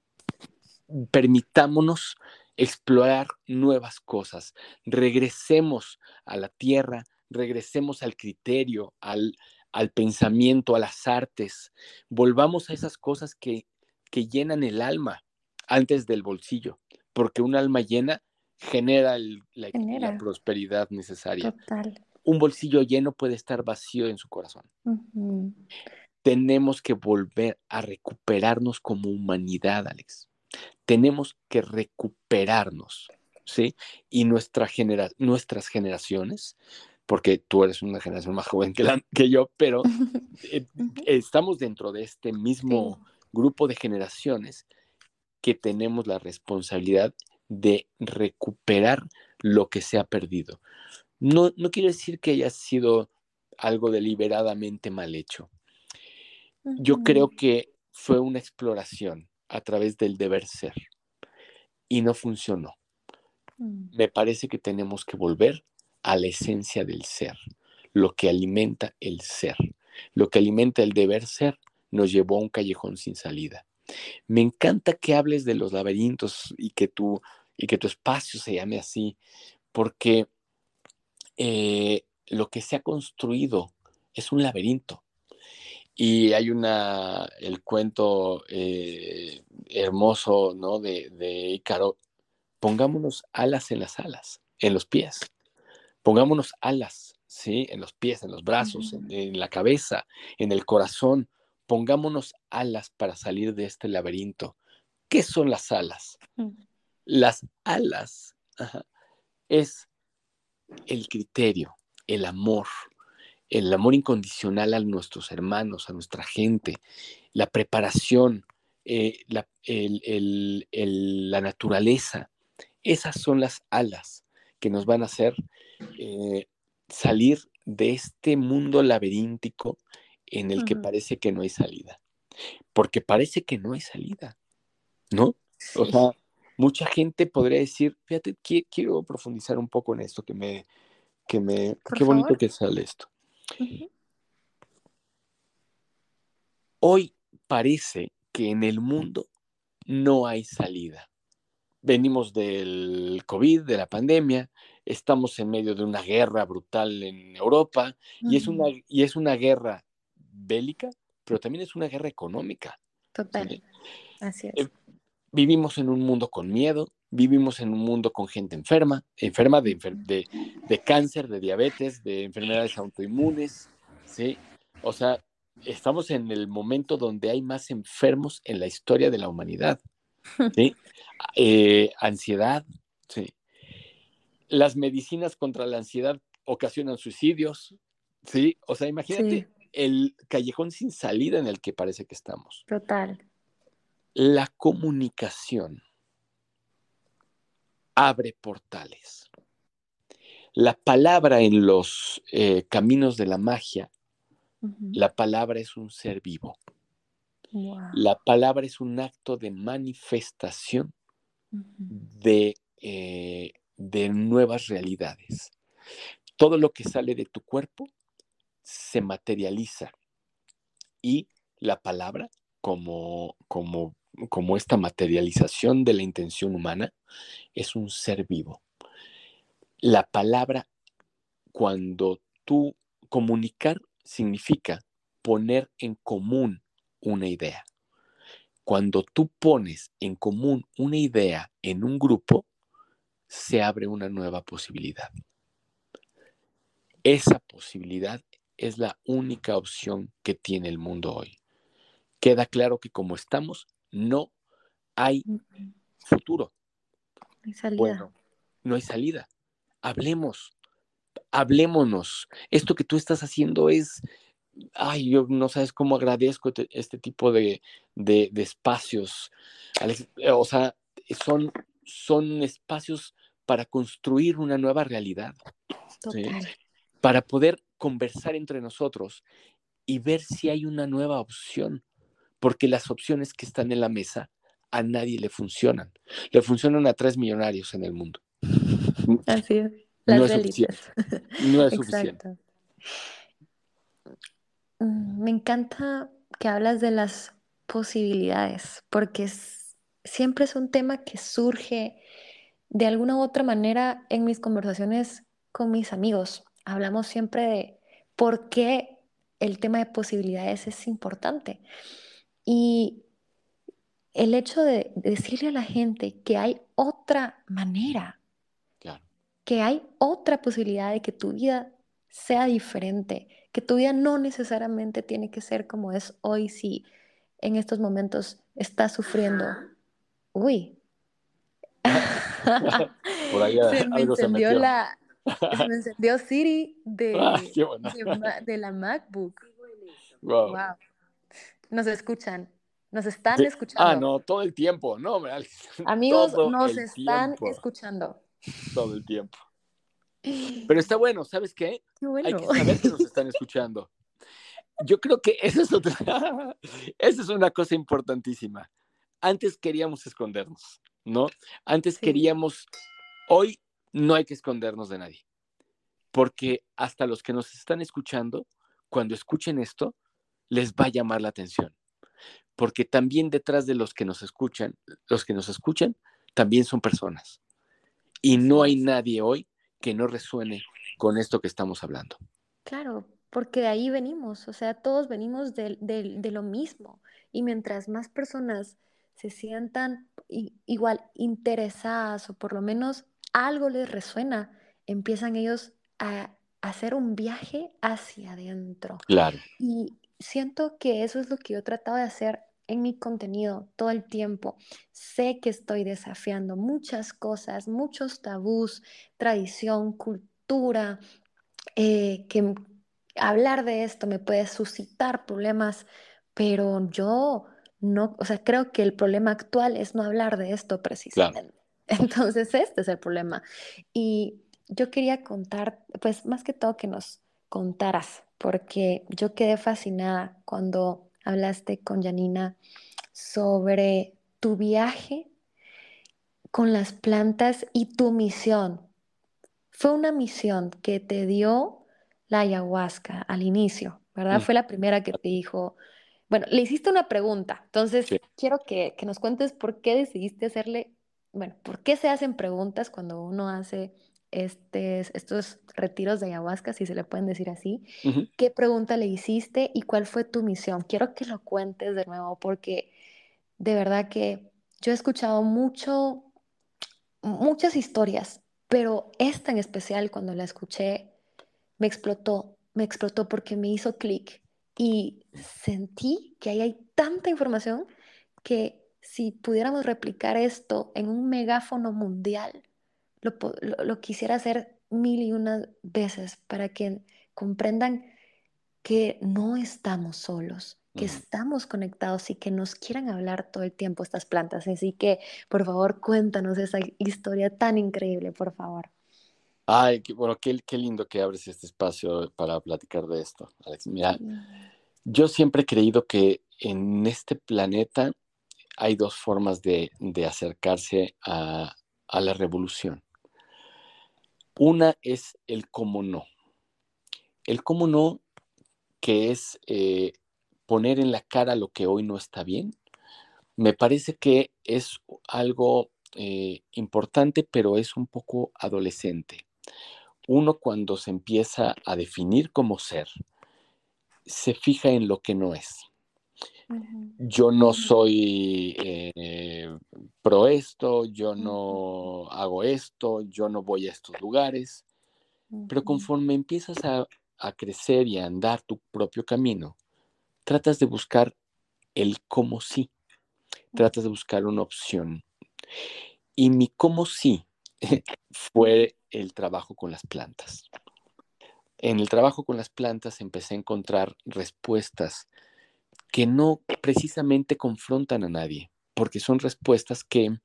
Permitámonos explorar nuevas cosas. Regresemos a la tierra, regresemos al criterio, al, al pensamiento, a las artes. Volvamos a esas cosas que, que llenan el alma antes del bolsillo, porque un alma llena genera el, la, la Genera, prosperidad necesaria. total. Un bolsillo lleno puede estar vacío en su corazón. Ujú. Tenemos que volver a recuperarnos como humanidad, Alex. Tenemos que recuperarnos, ¿sí? Y nuestra genera nuestras generaciones, porque tú eres una generación más joven que, la, que yo, pero eh, Ujú. estamos dentro de este Sí. mismo grupo de generaciones que tenemos la responsabilidad de recuperar lo que se ha perdido. No, no quiere decir que haya sido algo deliberadamente mal hecho. Yo Ujú. creo que fue una exploración a través del deber ser y no funcionó. Mm. Me parece que tenemos que volver a la esencia del ser, lo que alimenta el ser, lo que alimenta el deber ser nos llevó a un callejón sin salida. Me encanta que hables de los laberintos y que tu, y que tu espacio se llame así, porque eh, lo que se ha construido es un laberinto. Y hay una, el cuento eh, hermoso, ¿no? De, de Ícaro. Pongámonos alas en las alas, en los pies. Pongámonos alas, ¿sí? En los pies, en los brazos, en, Ujú. en la cabeza, en el corazón. Pongámonos alas para salir de este laberinto. ¿Qué son las alas? Mm. Las alas, ajá, es el criterio, el amor, el amor incondicional a nuestros hermanos, a nuestra gente, la preparación, eh, la, el, el, el, la naturaleza. Esas son las alas que nos van a hacer eh, salir de este mundo laberíntico en el que Ujú. parece que no hay salida. Porque parece que no hay salida, ¿no? O Sí, sea, mucha gente podría decir, fíjate, quiero profundizar un poco en esto, que me, que me, por qué bonito favor. que sale esto. Ujú. Hoy parece que en el mundo no hay salida. Venimos del COVID, de la pandemia, estamos en medio de una guerra brutal en Europa y es una, Ujú. y es una guerra bélica, pero también es una guerra económica. Total, ¿Sí? así Eh, es. vivimos en un mundo con miedo, vivimos en un mundo con gente enferma, enferma de, enfer Ujú. de, de cáncer, de diabetes, de enfermedades autoinmunes, ¿sí? O sea, estamos en el momento donde hay más enfermos en la historia de la humanidad, ¿sí? Eh, ansiedad, ¿sí? Las medicinas contra la ansiedad ocasionan suicidios, ¿sí? O sea, Sí, imagínate el callejón sin salida en el que parece que estamos. total. La comunicación abre portales. La palabra en los eh, caminos de la magia, Ujú. la palabra es un ser vivo. Wow. La palabra es un acto de manifestación Ujú. de, eh, de nuevas realidades. Todo lo que sale de tu cuerpo se materializa y la palabra, como, como, como esta materialización de la intención humana, es un ser vivo. La palabra, cuando tú comunicar, significa poner en común una idea. Cuando tú pones en común una idea en un grupo, se abre una nueva posibilidad. Esa posibilidad es la única opción que tiene el mundo hoy. Queda claro que como estamos, no hay futuro. Hay salida. Bueno, no hay salida. Hablemos, hablémonos. Esto que tú estás haciendo es, ay, yo no sabes cómo agradezco te, este tipo de, de, de espacios. Alex, o sea, son, son espacios para construir una nueva realidad, ¿sí? Total. Para poder conversar entre nosotros y ver si hay una nueva opción, porque las opciones que están en la mesa a nadie le funcionan. Le funcionan a tres millonarios en el mundo. Así es. No Las es suficiente. élites. No es suficiente. Exacto. Mm, Me encanta que hablas de las posibilidades, porque es- siempre es un tema que surge de alguna u otra manera en mis conversaciones con mis amigos. Hablamos siempre de por qué el tema de posibilidades es importante. Y el hecho de decirle a la gente que hay otra manera, Claro. que hay otra posibilidad de que tu vida sea diferente, que tu vida no necesariamente tiene que ser como es hoy si en estos momentos estás sufriendo. Uy, Por ahí se me algo se encendió metió. la, se me encendió Siri Ah, de, qué buena. de, Ma- de la MacBook. Wow. Wow, nos escuchan, nos están Sí. Ah, escuchando. no, todo el tiempo. No, hombre, Alex, Amigos, todo nos el están tiempo. escuchando. Todo el tiempo. Pero está bueno, ¿sabes qué? Qué Hay bueno. que saber que nos están escuchando. Yo creo que esa es otra, esa es una cosa importantísima. Antes queríamos escondernos, ¿no? Antes Sí, queríamos, hoy no hay que escondernos de nadie, porque hasta los que nos están escuchando, cuando escuchen esto, les va a llamar la atención, porque también detrás de los que nos escuchan, los que nos escuchan, también son personas. Y así no hay es. nadie hoy que no resuene con esto que estamos hablando. Claro, porque de ahí venimos, o sea, todos venimos del- del- de, lo mismo. Y mientras más personas se sientan i- igual interesadas o por lo menos algo les resuena, empiezan ellos a, a hacer un viaje hacia adentro. Claro, Y siento que eso es lo que yo he tratado de hacer en mi contenido todo el tiempo. Sé que estoy desafiando muchas cosas, muchos tabús, tradición, cultura, eh, que hablar de esto me puede suscitar problemas, pero yo no, o sea, creo que el problema actual es no hablar de esto claro. precisamente. Entonces, este es el problema. Y yo quería contar, pues más que todo que nos contaras, porque yo quedé fascinada cuando hablaste con Janina sobre tu viaje con las plantas y tu misión. Fue una misión que te dio la ayahuasca al inicio, ¿verdad? Mm, Fue la primera que te dijo, bueno, le hiciste una pregunta, entonces sí. quiero que, que nos cuentes por qué decidiste hacerle, bueno, por qué se hacen preguntas cuando uno hace este, estos retiros de ayahuasca, si se le pueden decir así. Ujú. ¿Qué pregunta le hiciste y cuál fue tu misión? Quiero que lo cuentes de nuevo porque de verdad que yo he escuchado mucho muchas historias, pero esta en especial cuando la escuché me explotó, me explotó porque me hizo clic y sentí que ahí hay tanta información que si pudiéramos replicar esto en un megáfono mundial, lo, po- lo- lo quisiera hacer mil y una veces para que comprendan que no estamos solos, que Ujú. estamos conectados y que nos quieran hablar todo el tiempo estas plantas. Así que, por favor, cuéntanos esa historia tan increíble, por favor. Ay, qué, bueno, qué, qué lindo que abres este espacio para platicar de esto, Alex. Mira, Sí. yo siempre he creído que en este planeta hay dos formas de, de acercarse a, a la revolución. Una es el cómo no. El cómo no, que es eh, poner en la cara lo que hoy no está bien, me parece que es algo eh, importante, pero es un poco adolescente. Uno cuando se empieza a definir como ser, se fija en lo que no es. Ujú, Yo no soy eh, pro esto, yo ujú, no hago esto, yo no voy a estos lugares, pero ujú, conforme empiezas a, a crecer y a andar tu propio camino, tratas de buscar el cómo sí, tratas de buscar una opción. Y mi cómo sí ujú, fue el trabajo con las plantas. En el trabajo con las plantas empecé a encontrar respuestas que no precisamente confrontan a nadie, porque son respuestas que,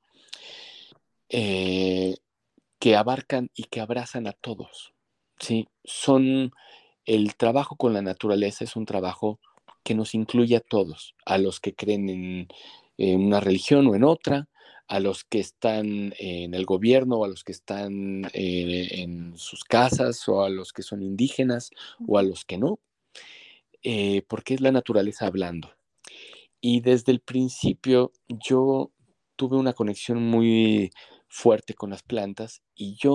eh, que abarcan y que abrazan a todos. ¿Sí? Son el trabajo con la naturaleza es un trabajo que nos incluye a todos, a los que creen en, en una religión o en otra, a los que están en el gobierno o a los que están eh, en sus casas o a los que son indígenas o a ujú, los que no, eh, porque es la naturaleza hablando. Y desde el principio yo tuve una conexión muy fuerte con las plantas y yo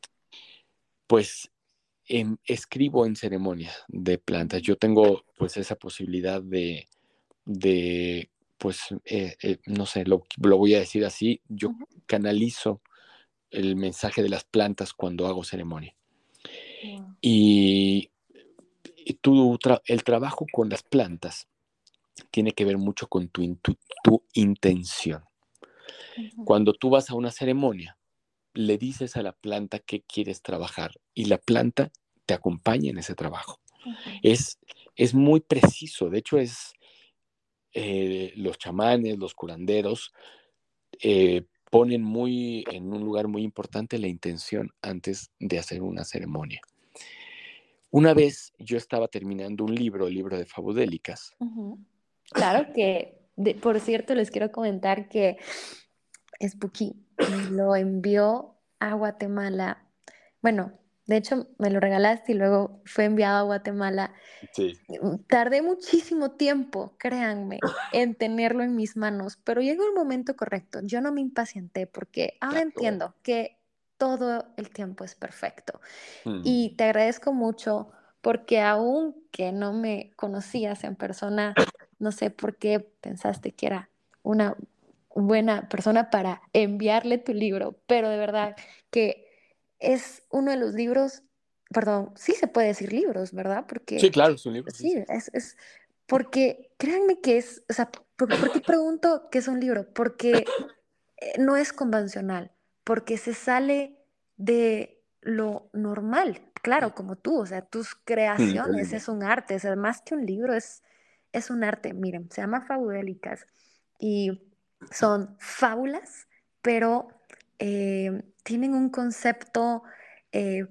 pues em, escribo en ceremonias de plantas. ujú, Yo tengo pues esa posibilidad de, de pues, eh, eh, no sé, lo, lo voy a decir así, yo ujú. canalizo el mensaje de las plantas cuando hago ceremonia. Wow. Y, y tu, tra- el trabajo con las plantas tiene que ver mucho con tu, intu- tu intención. Ujú, Cuando tú vas a una ceremonia, le dices a la planta qué quieres trabajar y la planta te acompaña en ese trabajo. ujú, Es, es muy preciso, de hecho es eh, los chamanes, los curanderos, eh, ponen muy en un lugar muy importante la intención antes de hacer una ceremonia. Una vez yo estaba terminando un libro, el libro de Fabudélicas. ujú. Claro que, de- por cierto, les quiero comentar que Spooky me lo envió a Guatemala. Bueno, de hecho, me lo regalaste y luego fue enviado a Guatemala. Sí, Tardé muchísimo tiempo, créanme, en tenerlo en mis manos, pero llegó el momento correcto. Yo no me impacienté porque ahora claro. entiendo que todo el tiempo es perfecto. Mm, Y te agradezco mucho porque aunque no me conocías en persona, no sé por qué pensaste que era una buena persona para enviarle tu libro, pero de verdad que es uno de los libros, perdón, sí se puede decir libros, ¿verdad? sí, Porque claro, es un libro, sí, sí, sí. es, es porque créanme que es, o sea, ¿por, por qué pregunto qué es un libro? Porque eh, no es convencional, porque se sale de lo normal, claro, como tú, o sea, tus Mm, qué creaciones lindo. es un arte, o sea, más que un libro es, es un arte. Miren, se llama Fabudélicas y son fábulas, pero eh, tienen un concepto eh,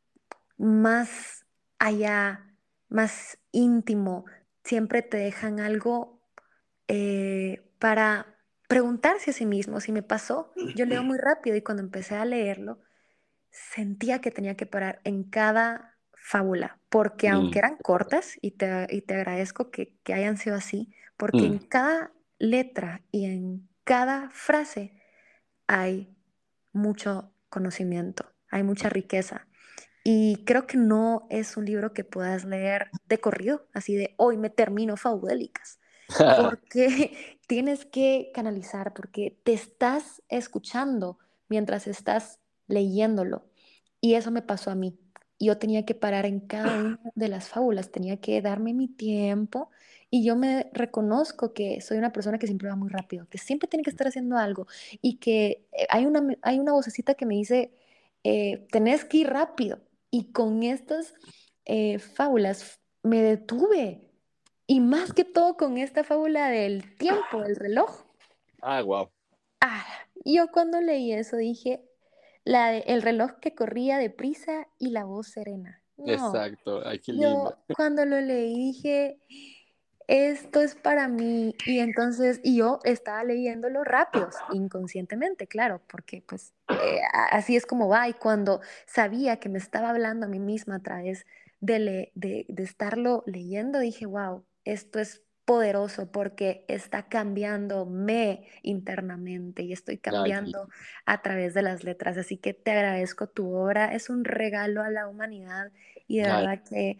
más allá, más íntimo, siempre te dejan algo eh, para preguntarse a sí mismo si me pasó. Yo leo muy rápido y cuando empecé a leerlo, sentía que tenía que parar en cada fábula, porque aunque Mm, eran cortas, y te, y te agradezco que, que hayan sido así, porque en mm, cada letra y en cada frase hay mucho conocimiento, hay mucha riqueza. Y creo que no es un libro que puedas leer de corrido, así de hoy me termino Fabudélicas, porque tienes que canalizar, porque te estás escuchando mientras estás leyéndolo. Y eso me pasó a mí. Yo tenía que parar en cada una de las fábulas, tenía que darme mi tiempo y yo me reconozco que soy una persona que siempre va muy rápido, que siempre tiene que estar haciendo algo y que eh, hay una, hay una vocecita que me dice, eh, tenés que ir rápido. Y con estas eh, fábulas me detuve. Y más que todo con esta fábula del tiempo, del reloj. ah, wow. Ah, yo cuando leí eso dije, la de- el reloj que corría deprisa y la voz serena. No, Exacto. Ay, qué lindo. yo cuando lo leí dije, esto es para mí. Y entonces, y yo estaba leyéndolo rápido, inconscientemente, claro, porque pues eh, a- así es como va. Y cuando sabía que me estaba hablando a mí misma a través de, le- de, de estarlo leyendo, dije, wow, esto es poderoso porque está cambiándome internamente y estoy Ay, qué cambiando lindo. a través de las letras. Así que te agradezco tu obra, es un regalo a la humanidad y de Ay, verdad que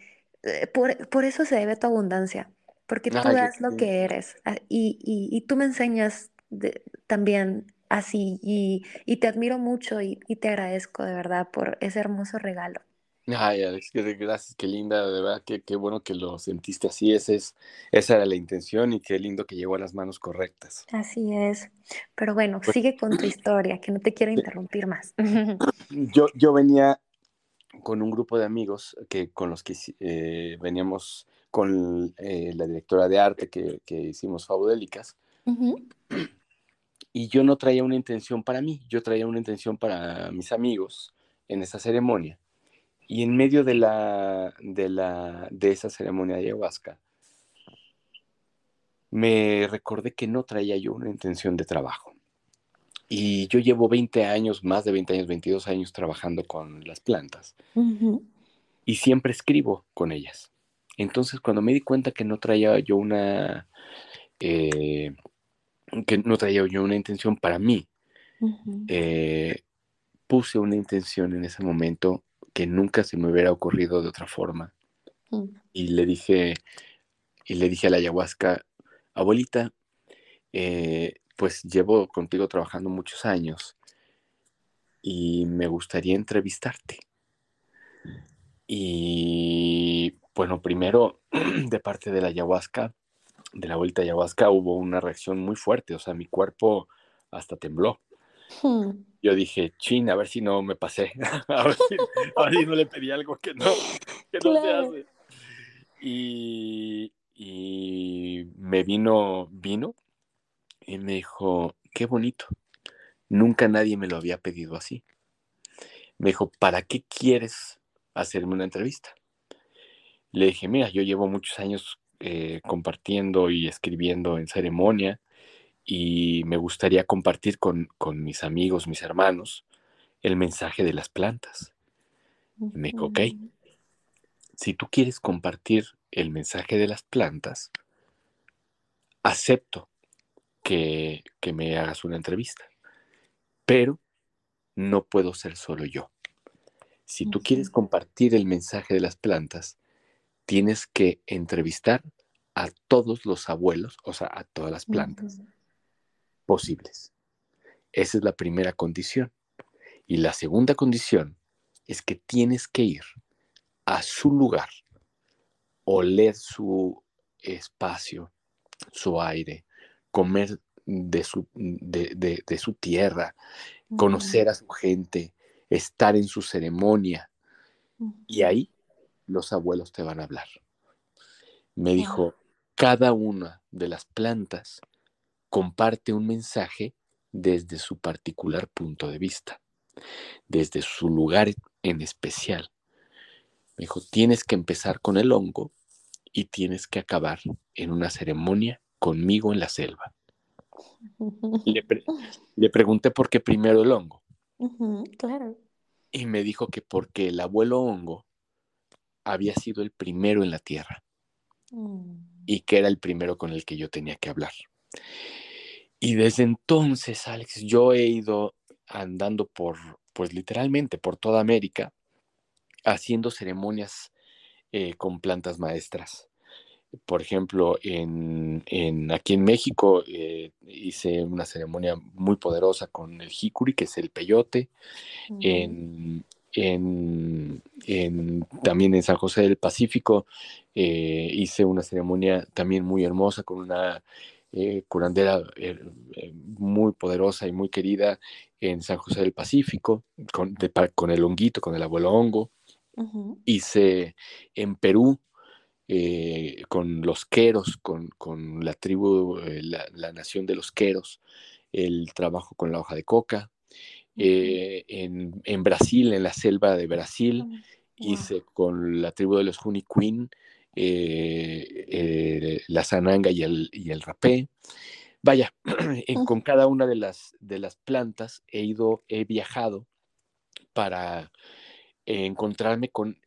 eh, por, por eso se debe tu abundancia, porque tú Ay, das lo que excelente. eres ah, y, y, y tú me enseñas de- también así y, y te admiro mucho y, y te agradezco de verdad por ese hermoso regalo. Ay, Alex, qué gracias, qué linda, de verdad, qué, qué bueno que lo sentiste así. Ese es, esa era la intención y qué lindo que llegó a las manos correctas. Así es. Pero bueno, Pues, sigue con tu historia, que no te quiero interrumpir más. yo, yo venía con un grupo de amigos que, con los que eh, veníamos con eh, la directora de arte que, que hicimos Faudélicas, Ujú, y yo no traía una intención para mí, yo traía una intención para mis amigos en esa ceremonia. Y en medio de, la, de, la, de esa ceremonia de ayahuasca, me recordé que no traía yo una intención de trabajo. Y yo llevo veinte años, más de veinte años, veintidós años trabajando con las plantas ujú, y siempre escribo con ellas. Entonces, cuando me di cuenta que no traía yo una, eh, que no traía yo una intención para mí, ujú, eh, puse una intención en ese momento que nunca se me hubiera ocurrido de otra forma. ujú, Y le dije, y le dije a la ayahuasca, abuelita, eh, pues llevo contigo trabajando muchos años y me gustaría entrevistarte. Y bueno, primero de parte de la ayahuasca, de la vuelta ayahuasca, hubo una reacción muy fuerte, o sea, mi cuerpo hasta tembló. ujú. Yo dije, chin, a ver si no me pasé, a ver si, a ver si no le pedí algo que no, que no se Claro. hace. Y, y me vino, vino y me dijo, qué bonito, nunca nadie me lo había pedido así. Me dijo, ¿para qué quieres hacerme una entrevista? Le dije, mira, yo llevo muchos años eh, compartiendo y escribiendo en ceremonia y me gustaría compartir con, con mis amigos, mis hermanos, el mensaje de las plantas. Y me dijo, ok, Ujú, si tú quieres compartir el mensaje de las plantas, acepto que, que me hagas una entrevista, pero no puedo ser solo yo. Si tú ujú, quieres compartir el mensaje de las plantas, tienes que entrevistar a todos los abuelos, o sea, a todas las plantas ujú. posibles. Esa es la primera condición. Y la segunda condición es que tienes que ir a su lugar, oler su espacio, su aire, comer de su, de, de, de su tierra, Ujú, conocer a su gente, estar en su ceremonia. Y ujú. ahí los abuelos te van a hablar. Me Wow. dijo, cada una de las plantas comparte un mensaje desde su particular punto de vista, desde su lugar en especial. Me dijo, tienes que empezar con el hongo y tienes que acabar en una ceremonia conmigo en la selva. Le, pre le pregunté por qué primero el hongo Ujú, claro. y me dijo que porque el abuelo hongo había sido el primero en la tierra Mm, y que era el primero con el que yo tenía que hablar. Y desde entonces, Alex, yo he ido andando por, pues literalmente por toda América, haciendo ceremonias eh, con plantas maestras. Por ejemplo, en, en aquí en México eh, hice una ceremonia muy poderosa con el jicuri, que es el peyote. ujú, En, en, en, también en San José del Pacífico eh, hice una ceremonia también muy hermosa con una eh, curandera eh, eh, muy poderosa y muy querida en San José del Pacífico, con, de, con el honguito, con el abuelo hongo. ujú, Hice en Perú eh, con los queros, con, con la tribu, eh, la, la, nación de los queros, el trabajo con la hoja de coca. ujú. Eh, en, en, Brasil, en la selva de Brasil, Wow. hice con la tribu de los Juniquin eh, eh, la zananga y el, y el rapé. Vaya, con cada una de las, de las plantas he ido, he viajado para encontrarme con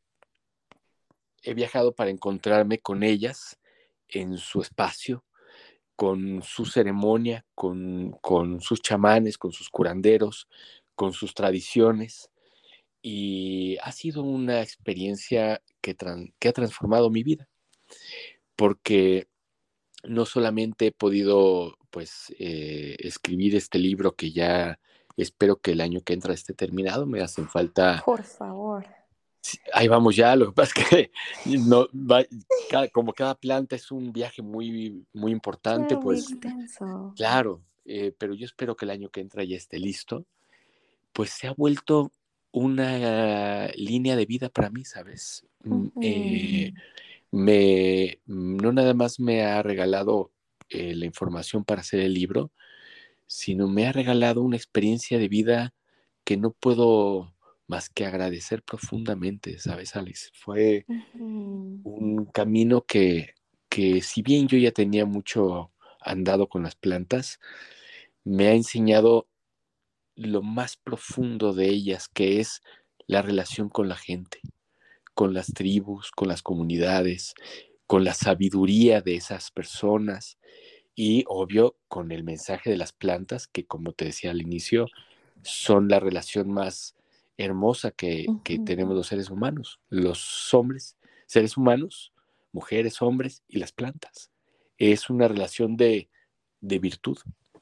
he viajado para encontrarme con ellas en su espacio, con su ceremonia, con, con sus chamanes, con sus curanderos, con sus tradiciones. y ha sido una experiencia que, tran- que ha transformado mi vida, porque no solamente he podido pues eh, escribir este libro que ya espero que el año que entra esté terminado, me hacen falta, Por favor. sí, ahí vamos ya, lo que pasa es que no, va, cada, como cada planta es un viaje muy, muy importante, Claro, muy pues extenso. claro, eh, pero yo espero que el año que entra ya esté listo, pues se ha vuelto una línea de vida para mí, ¿sabes? Mm, Ujú, eh, me, no nada más me ha regalado eh, la información para hacer el libro, sino me ha regalado una experiencia de vida que no puedo más que agradecer profundamente, ¿sabes, Alex? Fue ujú, un camino que, que si bien yo ya tenía mucho andado con las plantas, me ha enseñado lo más profundo de ellas, que es la relación con la gente, con las tribus, con las comunidades, con la sabiduría de esas personas y, obvio, con el mensaje de las plantas, que como te decía al inicio, son la relación más hermosa que, que ujú. tenemos los seres humanos, los hombres, seres humanos, mujeres, hombres y las plantas. Es una relación de, de virtud.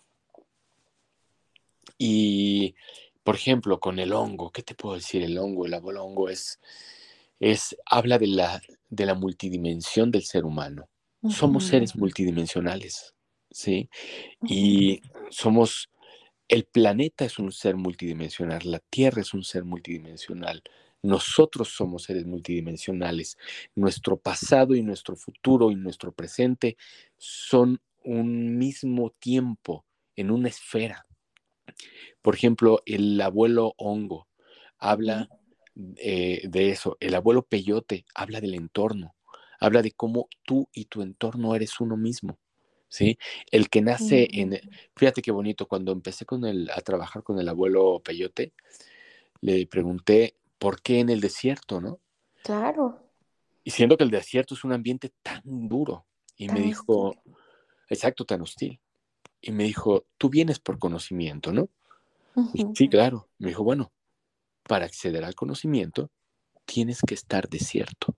Y, por ejemplo, con el hongo, ¿qué te puedo decir? El hongo, el abuelo hongo es, es habla de la, de la multidimensión del ser humano. Somos Ujú, seres multidimensionales, ¿sí? ujú, Y somos, el planeta es un ser multidimensional, la Tierra es un ser multidimensional, nosotros somos seres multidimensionales, nuestro pasado y nuestro futuro y nuestro presente son un mismo tiempo en una esfera. Por ejemplo, el abuelo hongo ujú, habla eh, de eso, el abuelo peyote habla del entorno, habla de cómo tú y tu entorno eres uno mismo. ¿Sí? El que nace ujú. en, fíjate qué bonito, cuando empecé con el, a trabajar con el abuelo peyote, le pregunté por qué en el desierto, ¿no? Claro, Y siendo que el desierto es un ambiente tan duro. Y me tan hostil. dijo, exacto, tan hostil. Y me dijo, tú vienes por conocimiento, ¿no? Y Ujú. sí, claro. Me dijo, bueno, para acceder al conocimiento tienes que estar desierto.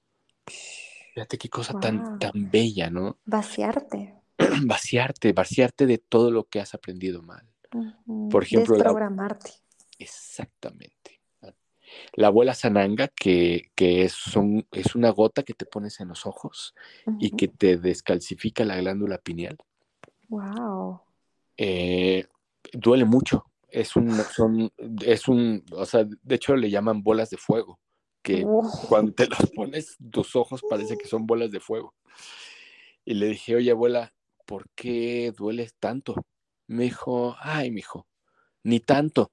Fíjate qué cosa tan, Wow. tan bella, ¿no? Vaciarte. Vaciarte, vaciarte de todo lo que has aprendido mal. Por Ujú. ejemplo, la, Desprogramarte. exactamente. La abuela Sananga, que, que es, son, es una gota que te pones en los ojos y que te descalcifica la glándula pineal. Wow. Eh, duele mucho. Es un, son, es un, o sea, de hecho le llaman bolas de fuego, que cuando te los pones, tus ojos parece que son bolas de fuego. Y le dije, oye, abuela, ¿por qué dueles tanto? Me dijo, ay, mijo, ni tanto.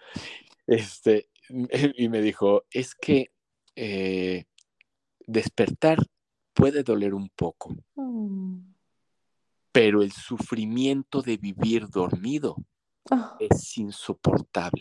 Este, y me dijo, es que eh, despertar puede doler un poco, Mm. pero el sufrimiento de vivir dormido Ah, es insoportable.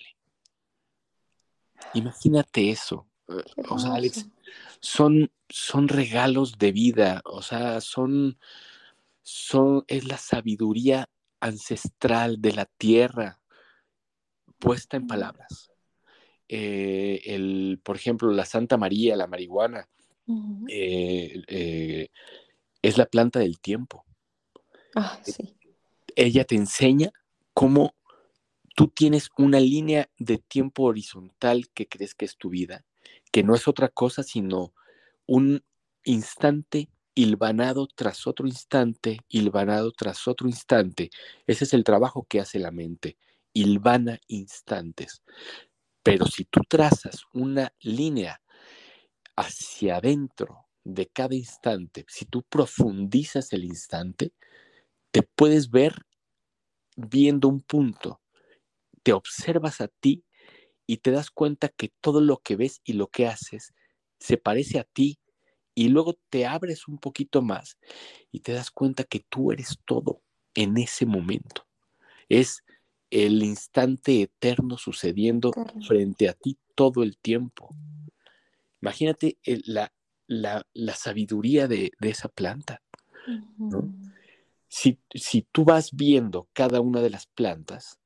Imagínate eso. eh, qué O sea, hermoso. Alex, son, son regalos de vida, o sea, son, son, es la sabiduría ancestral de la tierra puesta en Mm. palabras. Eh, el, por ejemplo, la Santa María, la marihuana, Ujú. eh, eh, es la planta del tiempo. Ah, sí. Ella te enseña cómo tú tienes una línea de tiempo horizontal que crees que es tu vida, que no es otra cosa sino un instante hilvanado tras otro instante, hilvanado tras otro instante. Ese es el trabajo que hace la mente, hilvana instantes. Pero si tú trazas una línea hacia adentro de cada instante, si tú profundizas el instante, te puedes ver viendo un punto, te observas a ti y te das cuenta que todo lo que ves y lo que haces se parece a ti y luego te abres un poquito más y te das cuenta que tú eres todo en ese momento. Es el instante eterno sucediendo Eterno. frente a ti todo el tiempo. Imagínate el, la, la, la, sabiduría de, de esa planta, Ujú. ¿no? Si, si tú vas viendo cada una de las plantas,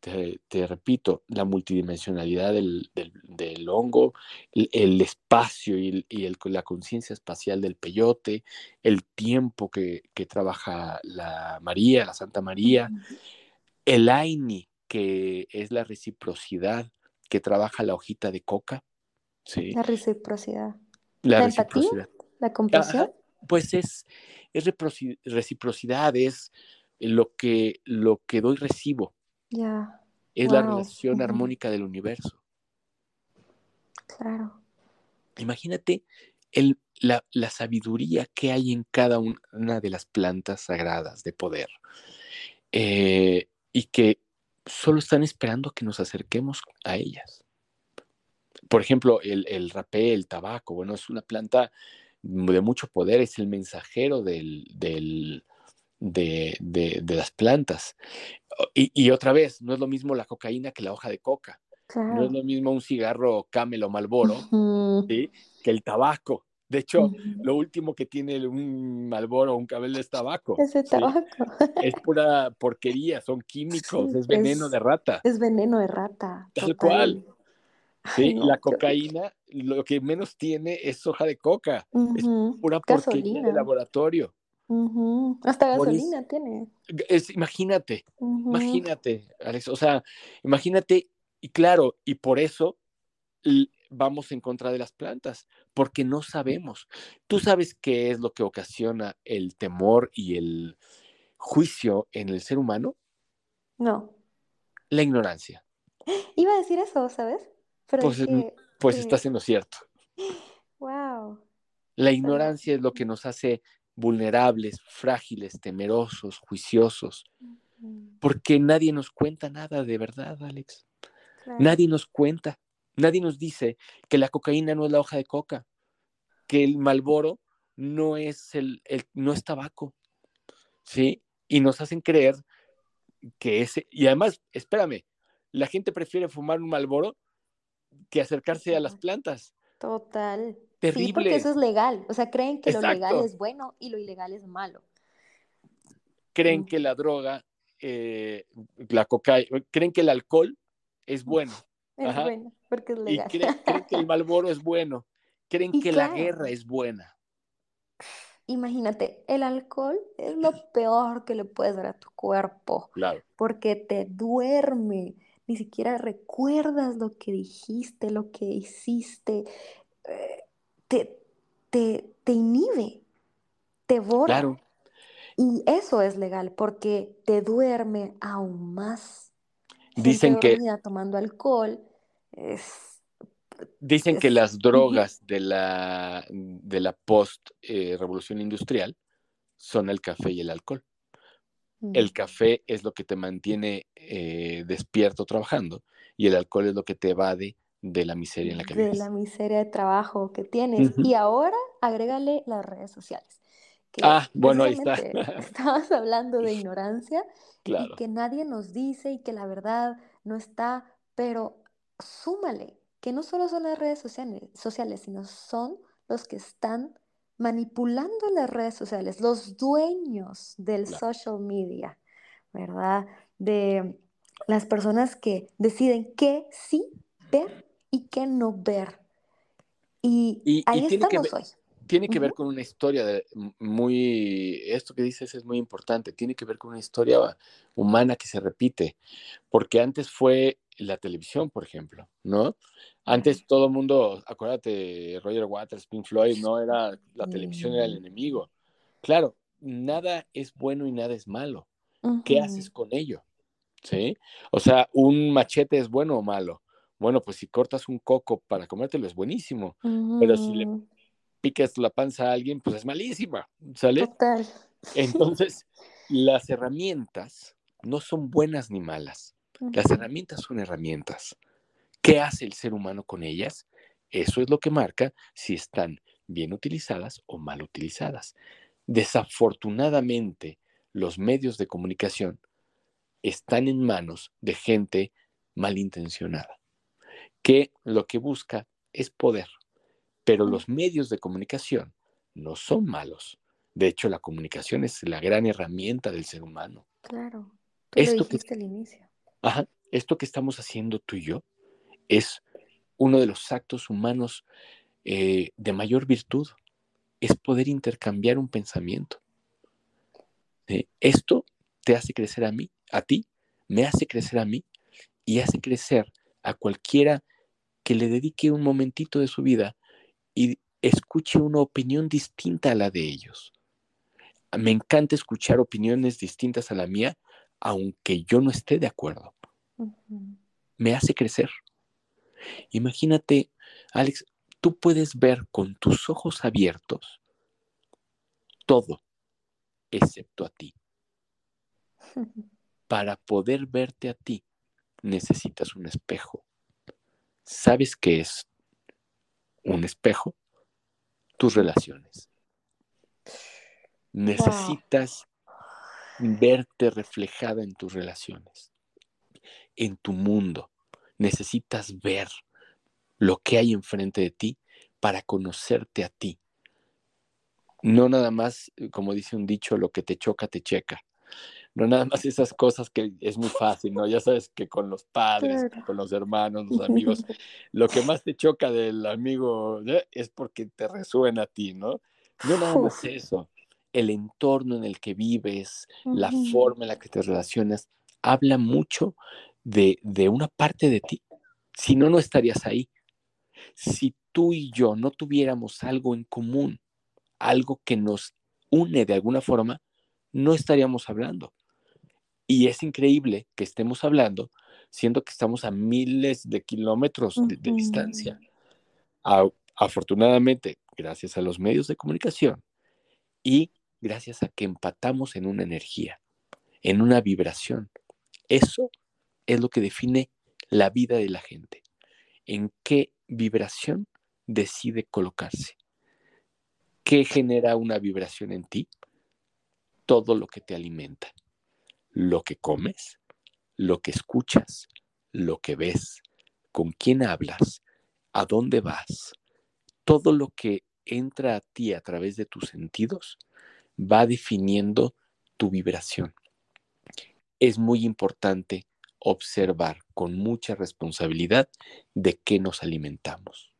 te, te repito, la multidimensionalidad del, del, del hongo, el, el espacio y, el, y el, la conciencia espacial del peyote, el tiempo que, que trabaja la María, la Santa María, Ujú. el Aini, que es la reciprocidad que trabaja la hojita de coca, ¿sí? La reciprocidad. La La empatía, reciprocidad. la compasión. Ajá, pues es, es reciprocidad, es lo que, lo que doy recibo, Ya, es la wow. relación Ujú. armónica del universo. Claro. Imagínate el, la, la sabiduría que hay en cada una de las plantas sagradas de poder, eh, y que solo están esperando que nos acerquemos a ellas. Por ejemplo, el, el rapé, el tabaco, bueno, es una planta de mucho poder, es el mensajero del, del, de, de, de las plantas. Y, y otra vez, no es lo mismo la cocaína que la hoja de coca. No es Claro. lo mismo un cigarro Camel o Marlboro, Ujú. ¿sí? Que el tabaco. De hecho, Ujú. lo último que tiene un Marlboro o un Camel es tabaco, Ese ¿sí? tabaco. Es pura porquería, son químicos, Sí, es veneno de es, rata, es veneno de rata, tal cual. total. Ay, ¿Sí? La no, qué horrible. cocaína, lo que menos tiene es hoja de coca, es Ujú. pura porquería de Gasolina. laboratorio. Ujú. Hasta Por eso, gasolina tiene. es, imagínate, Ujú. imagínate, Alex, o sea, imagínate, y claro, y por eso l- vamos en contra de las plantas, porque no sabemos. ¿Tú sabes qué es lo que ocasiona el temor y el juicio en el ser humano? No. La ignorancia. Iba a decir eso, ¿sabes? Pero Pues, mm, dije pues estás que, en lo cierto. wow. La Pero ignorancia es lo que nos hace vulnerables, frágiles, temerosos, juiciosos, mm, porque nadie nos cuenta nada de verdad, Alex. claro. Nadie nos cuenta, nadie nos dice que la cocaína no es la hoja de coca, que el Malboro no es el, el no es tabaco, ¿sí? Y nos hacen creer que ese, y además, espérame, la gente prefiere fumar un Malboro que Qué acercarse a las tabaco. plantas. Total. Sí, porque Terrible, eso es legal. O sea, creen que lo legal exacto. es bueno y lo ilegal es malo. Creen Ujú. que la droga, eh, la cocaína, creen que el alcohol es bueno. Es Ajá. bueno, porque es Y legal. creen, creen que el Malboro es bueno. Creen Y que la claro, guerra es buena. imagínate, el alcohol es lo peor que le puedes dar a tu cuerpo, Claro. porque te duerme, ni siquiera recuerdas lo que dijiste, lo que hiciste, eh, te, te, te inhibe, te borra. Claro. Y eso es legal, porque te duerme aún más. Gente Dicen que, dormida tomando alcohol es, dicen que es, las ujú, drogas de la, de la post-revolución industrial son el café y el alcohol. mm, El café es lo que te mantiene eh, despierto trabajando y el alcohol es lo que te evade de la miseria en la que de la vives. miseria de trabajo que tienes. Ujú. Y ahora agrégale las redes sociales, Ah, que bueno, ahí está. precisamente estabas hablando de ignorancia y Claro, que nadie nos dice y que la verdad no está, pero súmale que no solo son las redes sociales, sociales, sino son los que están manipulando las redes sociales, los dueños del claro. social media, ¿verdad? De las personas que deciden qué sí ver y qué no ver. Y Y, y ahí tiene que estamos ver, hoy. tiene que ver Ujú. con una historia de, muy, esto que dices es muy importante, tiene que ver con una historia humana que se repite, porque antes fue la televisión, por ejemplo, ¿no? Claro. Antes todo el mundo, acuérdate, Roger Waters, Pink Floyd, no era, la televisión era el Y- enemigo. Claro, nada es bueno y nada es malo. ¿Qué ujú, haces con ello? ¿Sí? O sea, un machete es bueno o malo. Bueno, pues si cortas un coco para comértelo es buenísimo, pero si le ujú, picas la panza a alguien, pues es malísima, ¿sale? total. Entonces, las herramientas no son buenas ni malas. Las Ujú, herramientas son herramientas. ¿Qué hace el ser humano con ellas? Eso es lo que marca si están bien utilizadas o mal utilizadas. Desafortunadamente, los medios de comunicación están en manos de gente malintencionada, que lo que busca es poder, pero mm, los medios de comunicación no son malos. De hecho, la comunicación es la gran herramienta del ser humano. claro, tú lo Esto que, dijiste al inicio. ajá, Esto que estamos haciendo tú y yo es uno de los actos humanos eh, de mayor virtud, es poder intercambiar un pensamiento. ¿Sí? Esto te hace crecer a mí, a ti, me hace crecer a mí y hace crecer a cualquiera que le dedique un momentito de su vida y escuche una opinión distinta a la de ellos. Me encanta escuchar opiniones distintas a la mía, aunque yo no esté de acuerdo. Ujú. Me hace crecer. Imagínate, Alex, tú puedes ver con tus ojos abiertos todo, excepto a ti. Para poder verte a ti, necesitas un espejo. ¿Sabes qué es un espejo? Tus relaciones. Wow. Necesitas verte reflejada en tus relaciones, en tu mundo. Necesitas ver lo que hay enfrente de ti para conocerte a ti. No nada más, como dice un dicho, lo que te choca, te checa. No nada más esas cosas que es muy fácil, ¿no? Ya sabes que con los padres, Claro. con los hermanos, los amigos, lo que más te choca del amigo ¿eh? es porque te resuena a ti, ¿no? No nada más Uf. eso. El entorno en el que vives, la Ujú. forma en la que te relacionas, habla mucho de, de una parte de ti. Si no, no estarías ahí. Si tú y yo no tuviéramos algo en común, algo que nos une de alguna forma, no estaríamos hablando. Y es increíble que estemos hablando, siendo que estamos a miles de kilómetros de, de Ujú. distancia. A, afortunadamente, gracias a los medios de comunicación y gracias a que empatamos en una energía, en una vibración. Eso es lo que define la vida de la gente. ¿En qué vibración decide colocarse? ¿Qué genera una vibración en ti? Todo lo que te alimenta, lo que comes, lo que escuchas, lo que ves, con quién hablas, a dónde vas, todo lo que entra a ti a través de tus sentidos va definiendo tu vibración. Es muy importante observar con mucha responsabilidad de qué nos alimentamos.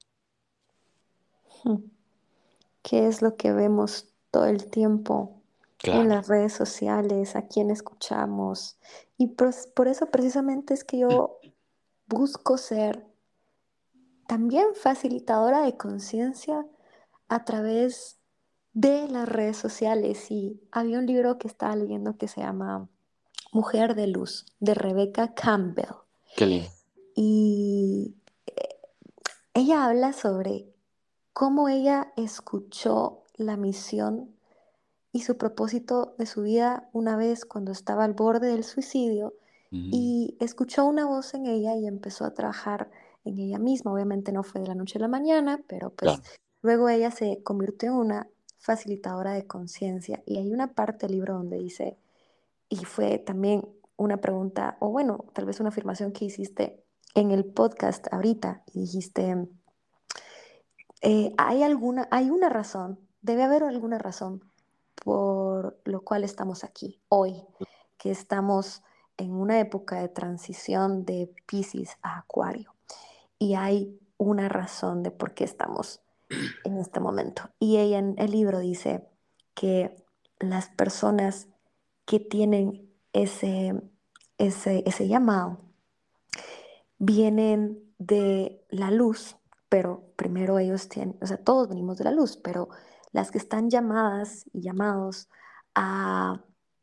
¿Qué es lo que vemos todo el tiempo en Claro. las redes sociales, a quién escuchamos? Y pues, por eso precisamente es que yo busco ser también facilitadora de conciencia a través de las redes sociales. Y había un libro que estaba leyendo que se llama Mujer de Luz, de Rebecca Campbell. Qué lindo. Y ella habla sobre cómo ella escuchó la misión y su propósito de su vida una vez cuando estaba al borde del suicidio Mm, y escuchó una voz en ella y empezó a trabajar en ella misma. Obviamente no fue de la noche a la mañana, pero pues claro. luego ella se convirtió en una facilitadora de conciencia y hay una parte del libro donde dice, y fue también una pregunta, o bueno, tal vez una afirmación que hiciste en el podcast ahorita, y dijiste, eh, ¿hay alguna, hay una razón, debe haber alguna razón por lo cual estamos aquí hoy, que estamos en una época de transición de Piscis a Acuario? Y hay una razón de por qué estamos en este momento. Y ella en el libro dice que las personas que tienen ese, ese, ese llamado vienen de la luz, pero primero ellos tienen, o sea, todos venimos de la luz, pero las que están llamadas y llamados a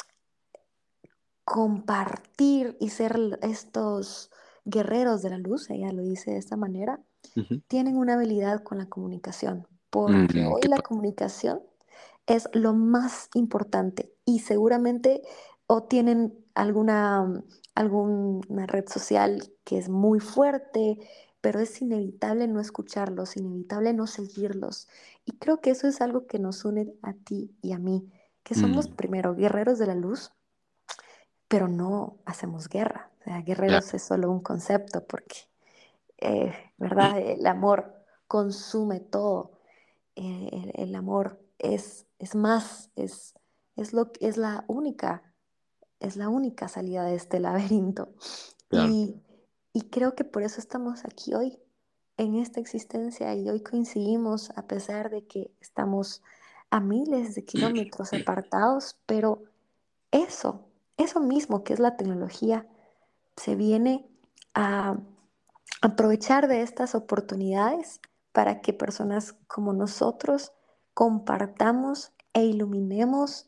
compartir y ser estos guerreros de la luz, ella lo dice de esta manera, Ujú. tienen una habilidad con la comunicación, porque Mm, hoy qué la pa- comunicación es lo más importante y seguramente o tienen alguna, alguna red social que es muy fuerte, pero es inevitable no escucharlos, inevitable no seguirlos. Y creo que eso es algo que nos une a ti y a mí, que somos mm, primero guerreros de la luz, pero no hacemos guerra. O sea, claro. guerreros es solo un concepto porque, eh, ¿verdad? El amor consume todo. Eh, el, el amor es, es más, es, es, lo, es la única, es la única salida de este laberinto. claro. Y, y creo que por eso estamos aquí hoy, en esta existencia, y hoy coincidimos a pesar de que estamos a miles de kilómetros apartados, pero eso, eso mismo que es la tecnología, se viene a aprovechar de estas oportunidades para que personas como nosotros compartamos e iluminemos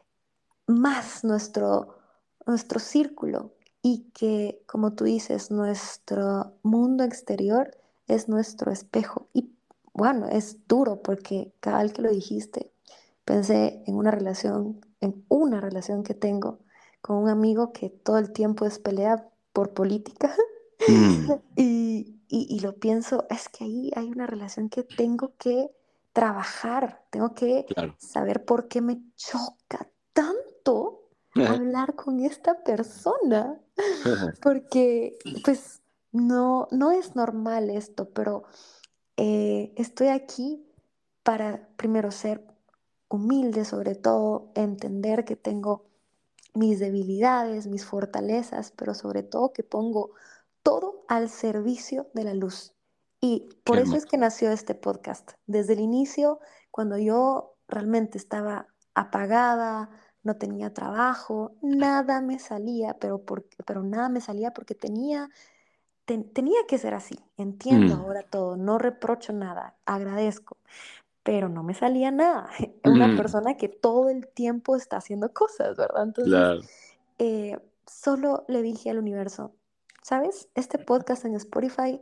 más nuestro, nuestro círculo y que, como tú dices, nuestro mundo exterior es nuestro espejo. Y bueno, es duro porque cada vez que lo dijiste, pensé en una relación, en una relación que tengo con un amigo que todo el tiempo es pelea por política. Mm, Y, y, y lo pienso, es que ahí hay una relación que tengo que trabajar, tengo que claro. saber por qué me choca tanto hablar con esta persona, porque pues no, no es normal esto, pero eh, estoy aquí para primero ser humilde, sobre todo entender que tengo mis debilidades, mis fortalezas, pero sobre todo que pongo todo al servicio de la luz. Y Qué por eso es hermoso. que nació este podcast. Desde el inicio, cuando yo realmente estaba apagada, no tenía trabajo, nada me salía, pero, por, pero nada me salía porque tenía, ten, tenía que ser así. Entiendo Mm, ahora todo, no reprocho nada, agradezco, pero no me salía nada. Una mm, persona que todo el tiempo está haciendo cosas, ¿verdad? Entonces, claro. eh, solo le dije al universo, ¿sabes? Este podcast en Spotify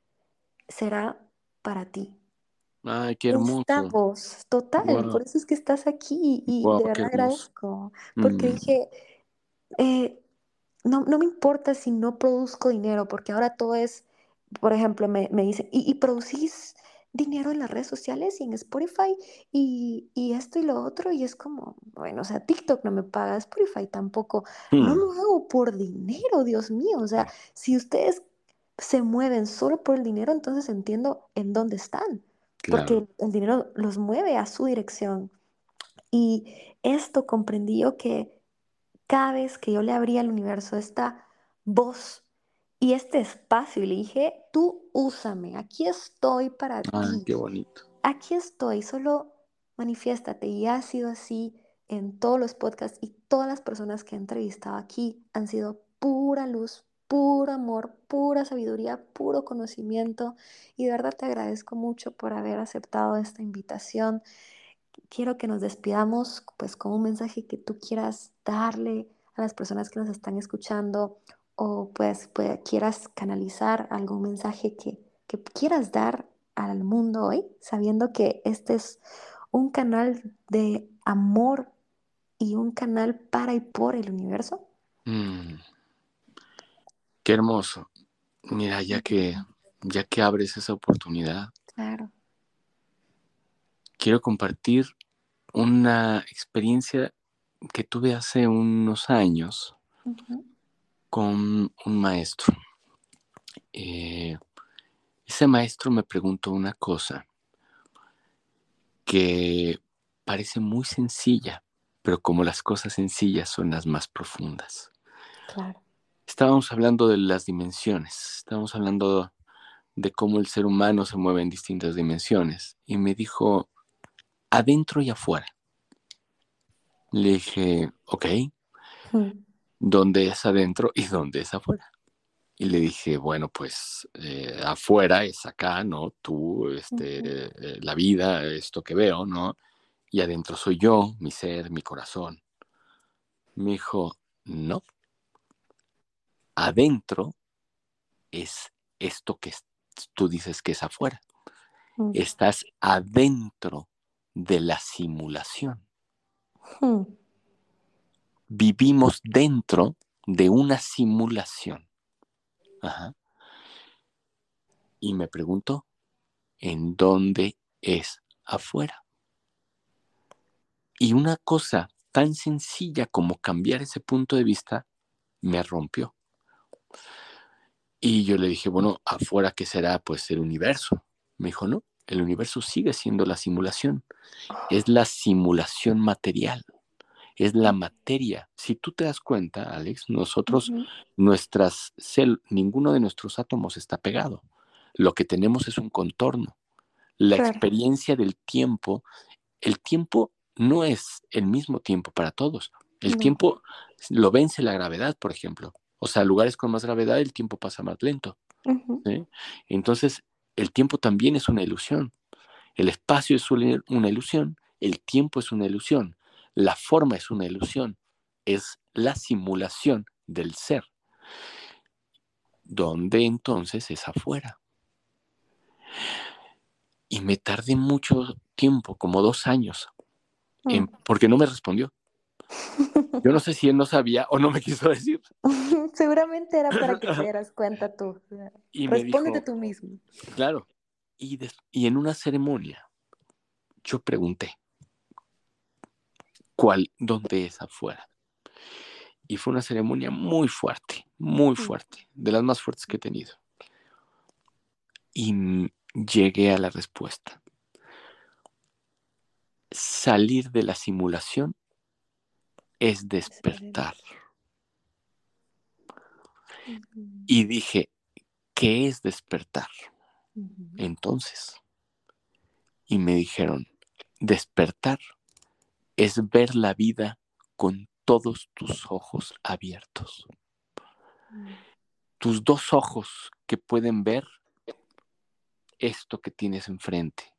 será para ti. Ay, qué Esta hermoso. voz, total, Wow, por eso es que estás aquí y wow, de qué verdad hermoso. agradezco, porque Mm, dije, eh, no, no me importa si no produzco dinero, porque ahora todo es, por ejemplo, me, me dicen, ¿y, y producís dinero en las redes sociales y en Spotify y, y esto y lo otro? Y es como, bueno, o sea, TikTok no me paga, Spotify tampoco. No mm, lo hago por dinero, Dios mío. O sea, si ustedes se mueven solo por el dinero, entonces entiendo en dónde están, claro. porque el dinero los mueve a su dirección. Y esto comprendí yo que cada vez que yo le abría al universo esta voz y este espacio y le dije, tú úsame, aquí estoy para Ay, ti, qué bonito. aquí estoy, solo manifiéstate. Y ha sido así en todos los podcasts y todas las personas que he entrevistado aquí han sido pura luz, puro amor, pura sabiduría, puro conocimiento. Y de verdad te agradezco mucho por haber aceptado esta invitación. Quiero que nos despidamos pues con un mensaje que tú quieras darle a las personas que nos están escuchando o pues, pues quieras canalizar algún mensaje que, que quieras dar al mundo hoy, sabiendo que este es un canal de amor y un canal para y por el universo. Mm, qué hermoso. Mira, ya que, Ujú. ya que abres esa oportunidad, Claro. quiero compartir una experiencia que tuve hace unos años Ujú, con un maestro. Eh, ese maestro me preguntó una cosa que parece muy sencilla, pero como las cosas sencillas son las más profundas. claro. Estábamos hablando de las dimensiones, estábamos hablando de cómo el ser humano se mueve en distintas dimensiones y me dijo, adentro y afuera. Le dije, ok, Mm, ¿dónde es adentro y dónde es afuera? Y le dije, bueno, pues eh, afuera es acá, ¿no? Tú, este, ujú, eh, la vida, esto que veo, ¿no? Y adentro soy yo, mi ser, mi corazón. Me dijo, no, adentro es esto que es- tú dices que es afuera. mm, Estás adentro de la simulación. mm, Vivimos dentro de una simulación. Ajá. Y me pregunto, ¿en dónde es afuera? Y una cosa tan sencilla como cambiar ese punto de vista me rompió. Y yo le dije, bueno, afuera, ¿qué será? Pues el universo. Me dijo, no, el universo sigue siendo la simulación. Es la simulación material. es la materia. Si tú te das cuenta, Alex, nosotros, Ujú. nuestras células, ninguno de nuestros átomos está pegado. Lo que tenemos es un contorno. La Claro, experiencia del tiempo, el tiempo no es el mismo tiempo para todos. El no. tiempo lo vence la gravedad, por ejemplo. O sea, lugares con más gravedad, el tiempo pasa más lento. Ujú. ¿Sí? Entonces, el tiempo también es una ilusión. El espacio es una ilusión, el tiempo es una ilusión, la forma es una ilusión, es la simulación del ser. ¿Dónde entonces es afuera? Y me tardé mucho tiempo, como dos años, en, Mm. porque no me respondió. Yo no sé si él no sabía o no me quiso decir. Seguramente era para que te dieras cuenta tú. O sea, Y me respóndete dijo, tú mismo. claro, y, des, y en una ceremonia yo pregunté, ¿cuál, dónde es afuera? Y fue una ceremonia muy fuerte, muy Mm. fuerte, de las más fuertes que he tenido. Y llegué a la respuesta. Salir de la simulación es despertar. Ujú. Y dije, ¿qué es despertar? Ujú. Entonces, y me dijeron, despertar es ver la vida con todos tus ojos abiertos. Mm. Tus dos ojos que pueden ver esto que tienes enfrente.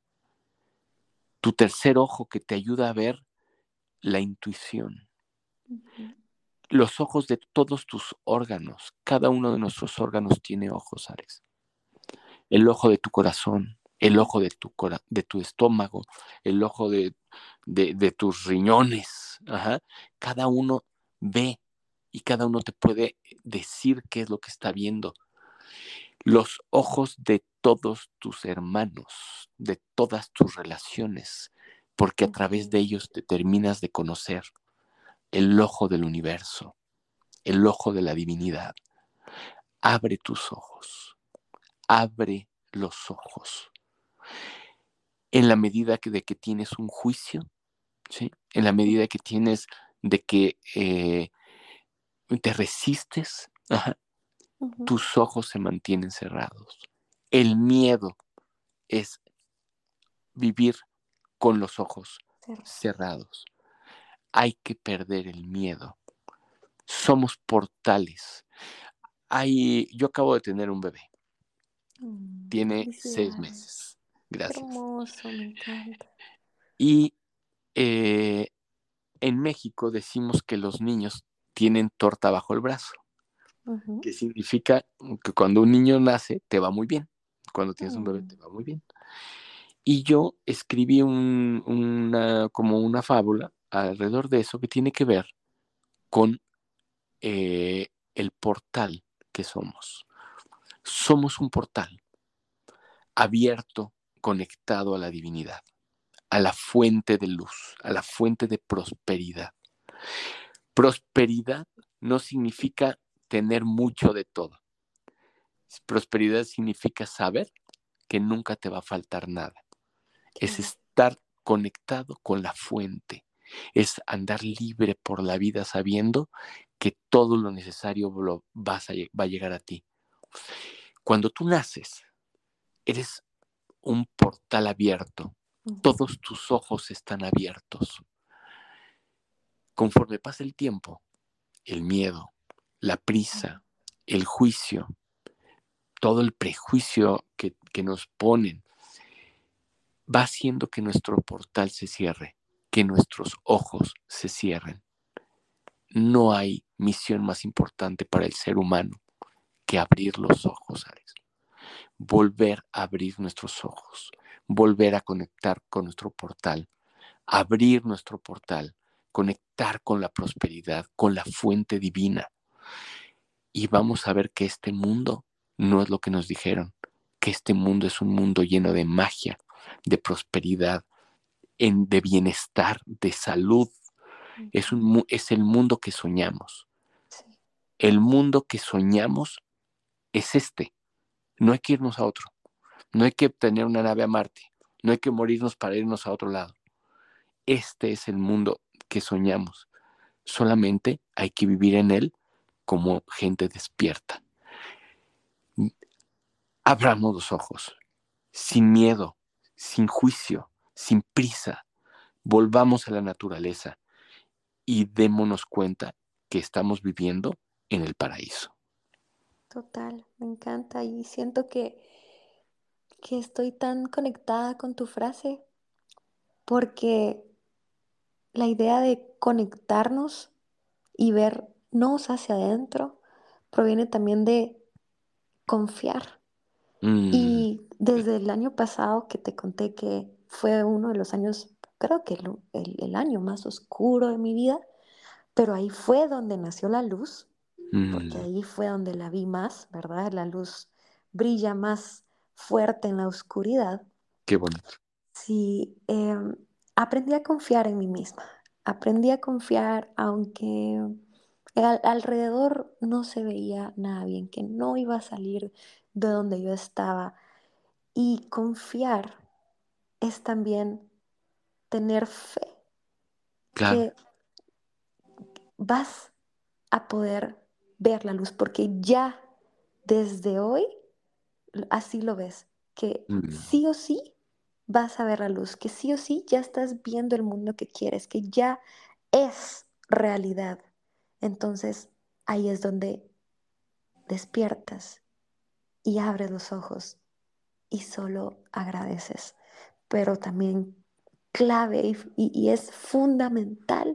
Tu tercer ojo que te ayuda a ver la intuición. Ujú. Los ojos de todos tus órganos. Cada uno de nuestros órganos tiene ojos, Alex. El ojo de tu corazón, el ojo de tu, cora de tu estómago, el ojo de, de, de tus riñones. Ajá. Cada uno ve y cada uno te puede decir qué es lo que está viendo. Los ojos de todos tus hermanos, de todas tus relaciones, porque a través Ujú. de ellos te terminas de conocer. El ojo del universo, el ojo de la divinidad. Abre tus ojos, abre los ojos. En la medida que, de que tienes un juicio, ¿sí? En la medida que tienes de que eh, te resistes, ajá, Ujú. tus ojos se mantienen cerrados. El miedo es vivir con los ojos Cerrados. cerrados. Hay que perder el miedo. Somos portales. Hay, yo acabo de tener un bebé. Mm, Tiene seis felicidades. meses. Qué Gracias. hermoso, me encanta. Y eh, en México decimos que los niños tienen torta bajo el brazo, Ujú. que significa que cuando un niño nace te va muy bien, cuando tienes un bebé te Mm. va muy bien. Y yo escribí un, una, como una fábula alrededor de eso que tiene que ver con eh, el portal que somos. Somos un portal abierto, conectado a la divinidad, a la fuente de luz, a la fuente de prosperidad. Prosperidad no significa tener mucho de todo. Prosperidad significa saber que nunca te va a faltar nada. Qué Es bello. estar conectado con la fuente. Es andar libre por la vida sabiendo que todo lo necesario lo vas a, va a llegar a ti. Cuando tú naces, eres un portal abierto. Ujú. Todos tus ojos están abiertos. Conforme pasa el tiempo, el miedo, la prisa, el juicio, todo el prejuicio que, que nos ponen, va haciendo que nuestro portal se cierre, que nuestros ojos se cierren. No hay misión más importante para el ser humano que abrir los ojos, Alex. Volver a abrir nuestros ojos, volver a conectar con nuestro portal, abrir nuestro portal, conectar con la prosperidad, con la fuente divina. Y vamos a ver que este mundo no es lo que nos dijeron, que este mundo es un mundo lleno de magia, de prosperidad, en, de bienestar, de salud. Es, Ujú. un, es el mundo que soñamos. Sí. El mundo que soñamos es este. No hay que irnos a otro. No hay que tener una nave a Marte. No hay que morirnos para irnos a otro lado. Este es el mundo que soñamos. Solamente hay que vivir en él como gente despierta. Abramos los ojos, sin miedo, sin juicio, sin prisa. Volvamos a la naturaleza y démonos cuenta que estamos viviendo en el paraíso. Total, me encanta y siento que, que estoy tan conectada con tu frase porque la idea de conectarnos y vernos hacia adentro proviene también de confiar. Mm, Y desde el año pasado que te conté que fue uno de los años, creo que el, el- el año más oscuro de mi vida, pero ahí fue donde nació la luz, porque mm, ahí fue donde la vi más, ¿verdad? La luz brilla más fuerte en la oscuridad. qué bonito. Sí, em, aprendí a confiar en mí misma. Aprendí a confiar aunque al- alrededor no se veía nada bien, que no iba a salir de donde yo estaba. Y confiar es también tener fe Claro. que vas a poder ver la luz, porque ya desde hoy así lo ves, que Mm, sí o sí vas a ver la luz, que sí o sí ya estás viendo el mundo que quieres, que ya es realidad. Entonces ahí es donde despiertas y abres los ojos y solo agradeces. Pero también clave y, y- y es fundamental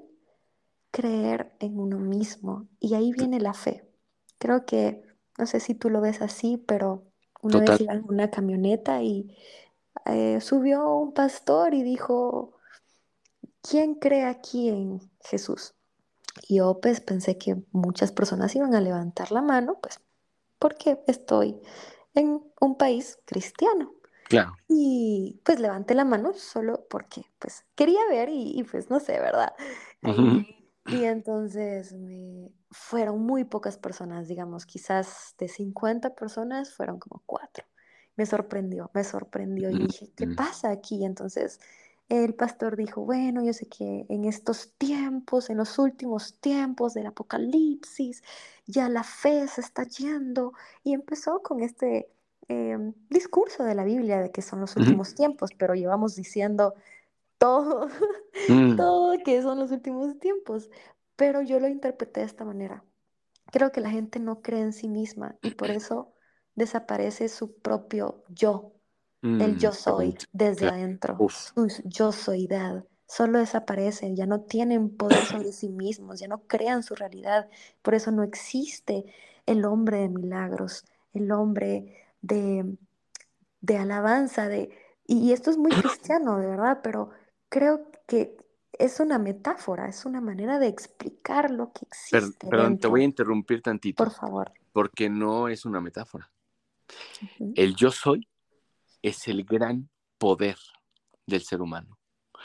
creer en uno mismo. Y ahí viene la fe. Creo que, no sé si tú lo ves así, pero una total. vez iba en una camioneta y eh, subió un pastor y dijo, ¿quién cree aquí en Jesús? Y yo pues pensé que muchas personas iban a levantar la mano, pues porque estoy en un país cristiano. Claro. Y pues levanté la mano solo porque pues quería ver y, y, pues no sé, ¿verdad? Ujú, Ahí. Y entonces me fueron muy pocas personas, digamos, quizás de cincuenta personas fueron como cuatro. Me sorprendió, me sorprendió y mm, dije, ¿qué mm, pasa aquí? Entonces el pastor dijo, bueno, yo sé que en estos tiempos, en los últimos tiempos del apocalipsis, ya la fe se está yendo y empezó con este eh, discurso de la Biblia de que son los ujú, últimos tiempos, pero llevamos diciendo todo, mm. todo que son los últimos tiempos. Pero yo lo interpreté de esta manera. Creo que la gente no cree en sí misma y por eso desaparece su propio yo, el Mm, yo qué soy bonito. desde Claro. adentro, Uf. su yo soydad. Solo desaparecen, ya no tienen poder sobre sí mismos, ya no crean su realidad. Por eso no existe el hombre de milagros, el hombre de, de alabanza, de, y, y esto es muy cristiano, de verdad, pero creo que es una metáfora, es una manera de explicar lo que Per- existe perdón, te voy a dentro. interrumpir Por tantito, favor. porque no es una metáfora. Ujú, El yo soy es el gran poder del ser humano.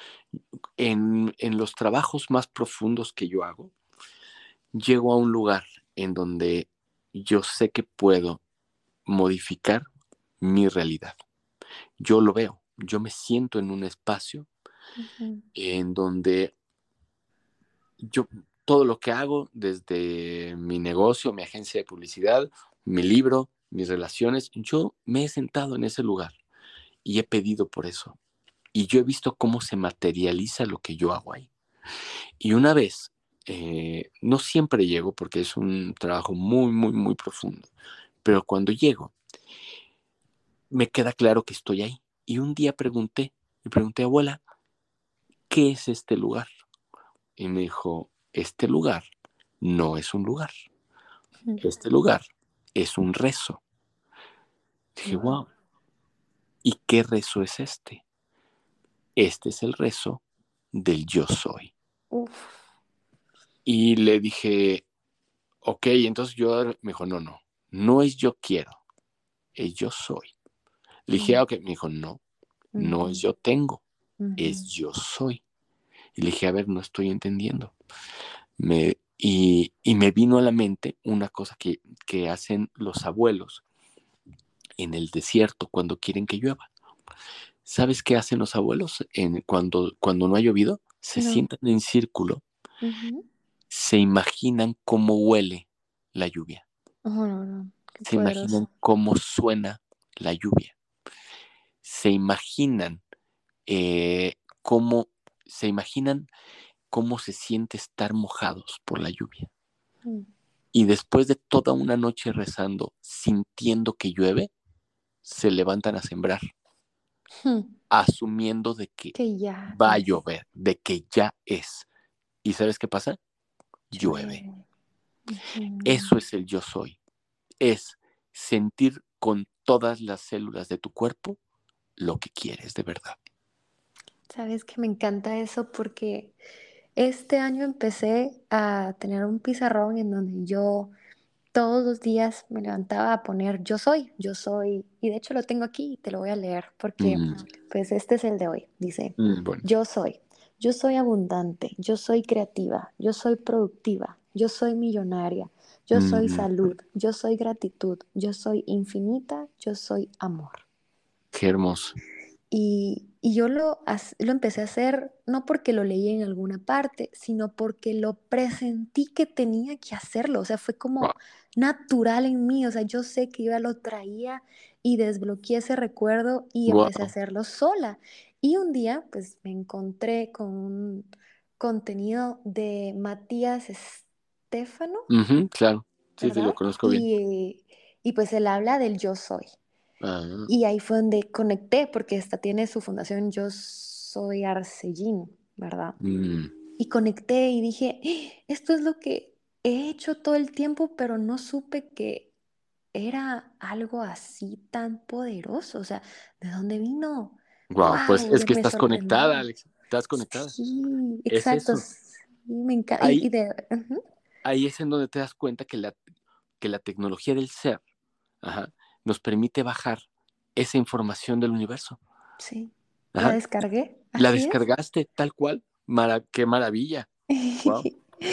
En, en los trabajos más profundos que yo hago, llego a un lugar en donde yo sé que puedo modificar mi realidad. Yo lo veo, yo me siento en un espacio ujú, en donde yo todo lo que hago, desde mi negocio, mi agencia de publicidad, mi libro, mis relaciones, yo me he sentado en ese lugar y he pedido por eso. Y yo he visto cómo se materializa lo que yo hago ahí. Y una vez, eh, no siempre llego porque es un trabajo muy, muy, muy profundo, pero cuando llego, me queda claro que estoy ahí. Y un día pregunté, le pregunté, abuela, ¿qué es este lugar? Y me dijo, este lugar no es un lugar, ujú. este lugar es un rezo. Dije, Wow. wow, ¿y qué rezo es este? Este es el rezo del yo soy. Uf. Y le dije, ok, entonces yo, me dijo, no, no, no es yo quiero, es yo soy. Le dije, Mm, ah, ok, me dijo, no, no es ujú, yo tengo, es ujú. yo soy. Y le dije, a ver, no estoy entendiendo. Me, y, y me vino a la mente una cosa que, que hacen los abuelos en el desierto cuando quieren que llueva. ¿Sabes qué hacen los abuelos en, cuando, cuando no ha llovido? Se No. sientan en círculo Ujú. se imaginan cómo huele la lluvia, Oh, no, no, qué se poderoso. imaginan cómo suena la lluvia, se imaginan eh, cómo, se imaginan cómo se siente estar mojados por la lluvia. Mm. Y después de toda una noche rezando, sintiendo que llueve, se levantan a sembrar, Hmm. asumiendo de que Que ya va a es. llover, de que ya es. ¿Y sabes qué pasa? Llueve. Llueve. Ujú. Eso es el yo soy. Es sentir con todas las células de tu cuerpo lo que quieres de verdad. Sabes que me encanta eso porque este año empecé a tener un pizarrón en donde yo todos los días me levantaba a poner yo soy, yo soy, y de hecho lo tengo aquí y te lo voy a leer porque Mm, pues este es el de hoy. Dice, mm, bueno. yo soy, yo soy abundante, yo soy creativa, yo soy productiva, yo soy millonaria, yo soy Mm, salud, yo soy gratitud, yo soy infinita, yo soy amor. qué hermoso. Y, y yo lo, hac- lo empecé a hacer no porque lo leí en alguna parte, sino porque lo presentí que tenía que hacerlo. O sea, fue Wow. como natural en mí. O sea, yo sé que yo ya lo traía y desbloqueé ese recuerdo y empecé a Wow. hacerlo sola. Y un día, pues me encontré con un contenido de Matías Estefano, Ujú, claro. Sí, sí, lo ¿verdad? conozco bien. Y, y pues él habla del yo soy. Ah, Y ahí fue donde conecté, porque esta tiene su fundación Yo Soy Arcellín, ¿verdad? mm, Y conecté y dije, "Eh, esto es lo que he hecho todo el tiempo, pero no supe que era algo así tan poderoso. O sea, ¿de dónde vino? wow. Pues ¡Wow! es que Me estás conectada, sorprendió. Alex. Estás conectada. Sí, Es exacto. eso. Sí, me encanta. Y, Ahí, y de, ujú, ahí es en donde te das cuenta que la, que la tecnología del ser, ajá, nos permite bajar esa información del universo. sí, la Ajá. descargué. La Así es. descargaste tal cual. Mara, qué maravilla. Wow.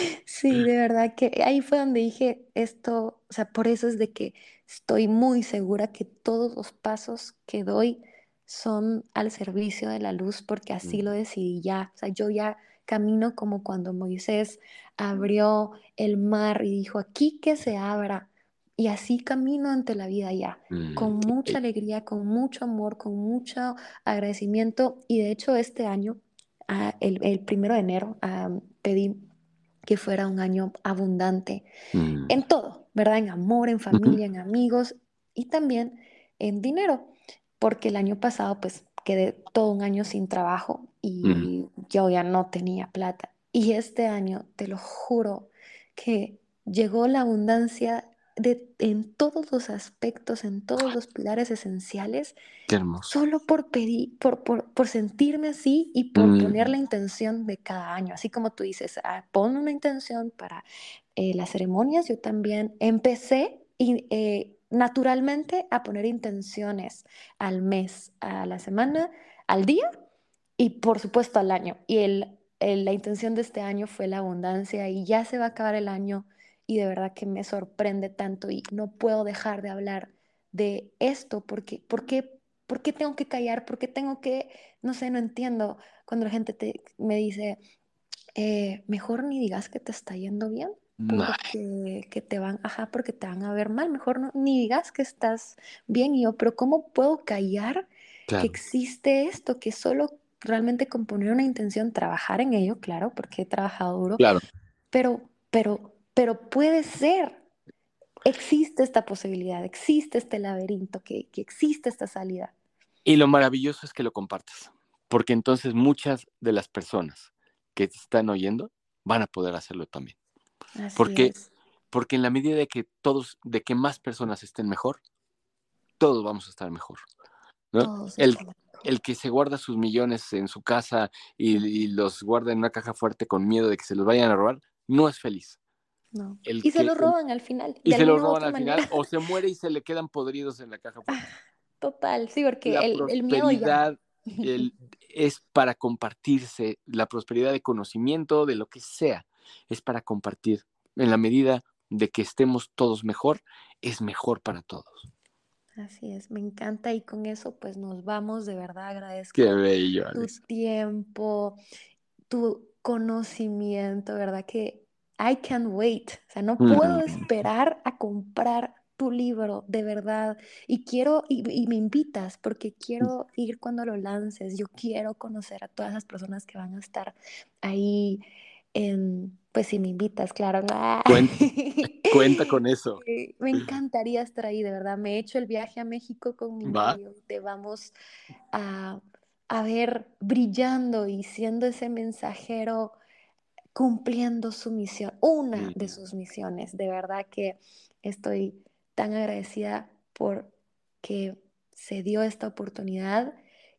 Sí, de verdad que ahí fue donde dije esto, o sea, por eso es de que estoy muy segura que todos los pasos que doy son al servicio de la luz, porque así lo decidí ya. O sea, yo ya camino como cuando Moisés abrió el mar y dijo, aquí que se abra. Y así camino ante la vida ya, Mm, con mucha alegría, con mucho amor, con mucho agradecimiento. Y de hecho este año, ah, el, el primero de enero, ah, pedí que fuera un año abundante mm, en todo, ¿verdad? En amor, en ujú, familia, en amigos y también en dinero, porque el año pasado pues quedé todo un año sin trabajo mm. y yo ya no tenía plata. Y este año, te lo juro, que llegó la abundancia de, en todos los aspectos, en todos los pilares esenciales Qué hermoso. solo por pedir, por, por, por sentirme así y por poner Mm, la intención de cada año. Así como tú dices, ah, pon una intención para eh, las ceremonias, yo también empecé y, eh, naturalmente a poner intenciones al mes, a la semana, al día y por supuesto al año. Y el, el- la intención de este año fue la abundancia y ya se va a acabar el año y de verdad que me sorprende tanto y no puedo dejar de hablar de esto porque, ¿por qué, por qué tengo que callar? ¿Por qué tengo que, no sé, no entiendo cuando la gente te, me dice, eh, mejor ni digas que te está yendo bien? nah, Porque que te van, ajá, porque te van a ver mal, mejor no, ni digas que estás bien y yo, pero ¿cómo puedo callar que claro, existe esto? Que solo realmente con poner una intención, trabajar en ello, claro, porque he trabajado duro, claro. pero, pero, pero puede ser, existe esta posibilidad, existe este laberinto, que, que existe esta salida. Y lo maravilloso es que lo compartas, porque entonces muchas de las personas que te están oyendo van a poder hacerlo también. Así Porque, es, porque en la medida de que todos, de que más personas estén mejor, todos vamos a estar mejor, ¿no? todos El, estamos mejor. el que se guarda sus millones en su casa y, y los guarda en una caja fuerte con miedo de que se los vayan a robar, no es feliz. No. El Y se que, lo el- roban al final, y de se lo alguna u roban otra al final, manera. o se muere y se le quedan podridos en la caja Ah, fuerte. total, sí, porque La el, el miedo ya. prosperidad el, es para compartirse, la prosperidad de conocimiento, de lo que sea, es para compartir. En la medida de que estemos todos mejor, es mejor para todos. Así es, me encanta y con eso pues nos vamos, de verdad Qué agradezco bello, tu Alex. tiempo, tu conocimiento, ¿verdad? Que I can't wait. O sea, no puedo Mm, esperar a comprar tu libro, de verdad. Y quiero, y, y me invitas porque quiero ir cuando lo lances. Yo quiero conocer a todas las personas que van a estar ahí. En, pues si me invitas, claro. Cuenta, cuenta con eso. Eh, me encantaría estar ahí, de verdad. Me he hecho el viaje a México con mi ¿Va? novio. Te vamos a, a ver brillando y siendo ese mensajero cumpliendo su misión, una de Mm, sus misiones. De verdad que estoy tan agradecida por que se dio esta oportunidad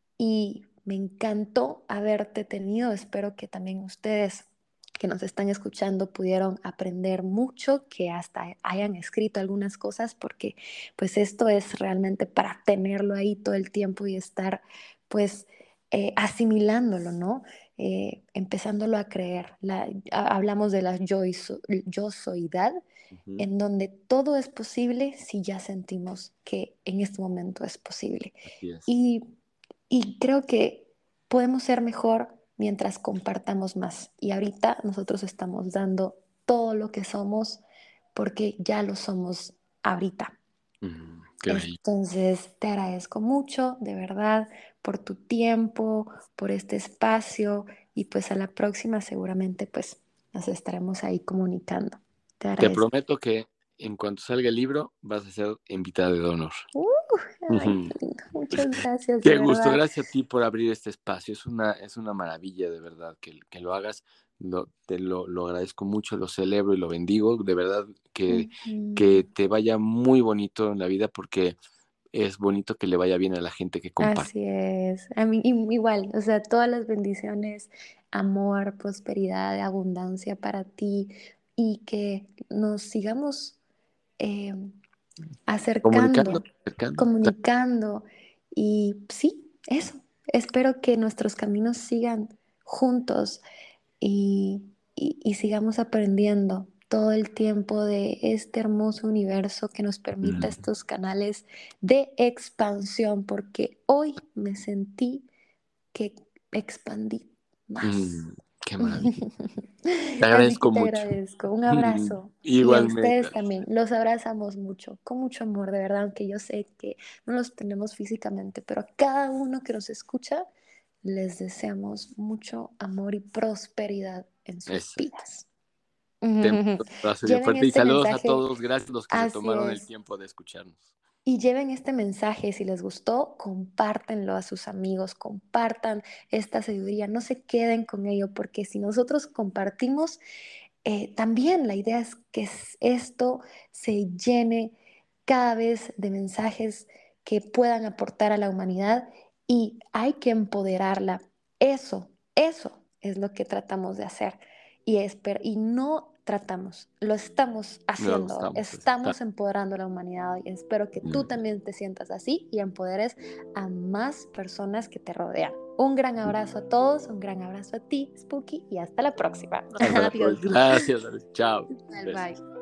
y me encantó haberte tenido. Espero que también ustedes que nos están escuchando pudieron aprender mucho, que hasta hayan escrito algunas cosas, porque pues esto es realmente para tenerlo ahí todo el tiempo y estar pues eh, asimilándolo, ¿no? Eh, empezándolo a creer. La, a- hablamos de la yo, yo soydad, ujú, en donde todo es posible si ya sentimos que en este momento es posible. así es. Y, y creo que podemos ser mejor mientras compartamos más. Y ahorita nosotros estamos dando todo lo que somos porque ya lo somos ahorita. Mm, qué bello. Entonces, te agradezco mucho, de verdad, por tu tiempo, por este espacio y pues a la próxima seguramente pues nos estaremos ahí comunicando. Te Te agradezco. prometo que en cuanto salga el libro vas a ser invitada de honor. Uh, ay, Ujú. qué lindo. Muchas gracias, de Qué gusto, verdad. gracias a ti por abrir este espacio. Es una, es una maravilla, de verdad, que, que lo hagas. Lo, te lo, lo agradezco mucho, lo celebro y lo bendigo. De verdad, que, que Ujú. te vaya muy bonito en la vida porque es bonito que le vaya bien a la gente que comparte. Así es. A mí i- igual, o sea, todas las bendiciones, amor, prosperidad, abundancia para ti y que nos sigamos eh, Comunicando, acercando, acercando. comunicando y sí, eso. Espero que nuestros caminos sigan juntos y, y- y sigamos aprendiendo todo el tiempo de este hermoso universo que nos permita Mm, estos canales de expansión, porque hoy me sentí que expandí más. mm, qué maravilla. Te Así que agradezco te mucho. agradezco. Un abrazo. Y a Igualmente, ustedes Alicia. también. Los abrazamos mucho, con mucho amor, de verdad, aunque yo sé que no los tenemos físicamente, pero a cada uno que nos escucha les deseamos mucho amor y prosperidad en sus Eso. vidas. Te mando un abrazo bien Lleven fuerte y este saludos a mensaje, todos. Gracias a los que se así tomaron el es. tiempo de escucharnos. Y lleven este mensaje, si les gustó, compártenlo a sus amigos, compartan esta sabiduría, no se queden con ello, porque si nosotros compartimos, eh, también la idea es que s- esto se llene cada vez de mensajes que puedan aportar a la humanidad y hay que empoderarla. Eso, eso es lo que tratamos de hacer. Y, esper- y no tratamos, lo estamos No lo haciendo, estamos haciendo. estamos empoderando a la humanidad y espero que tú Mm. también te sientas así y empoderes a más personas que te rodean. Un gran abrazo a todos, un gran abrazo a ti, Spooky, y hasta la próxima. Hasta la Adiós. próxima. Gracias. Chao. Bye Besos. bye.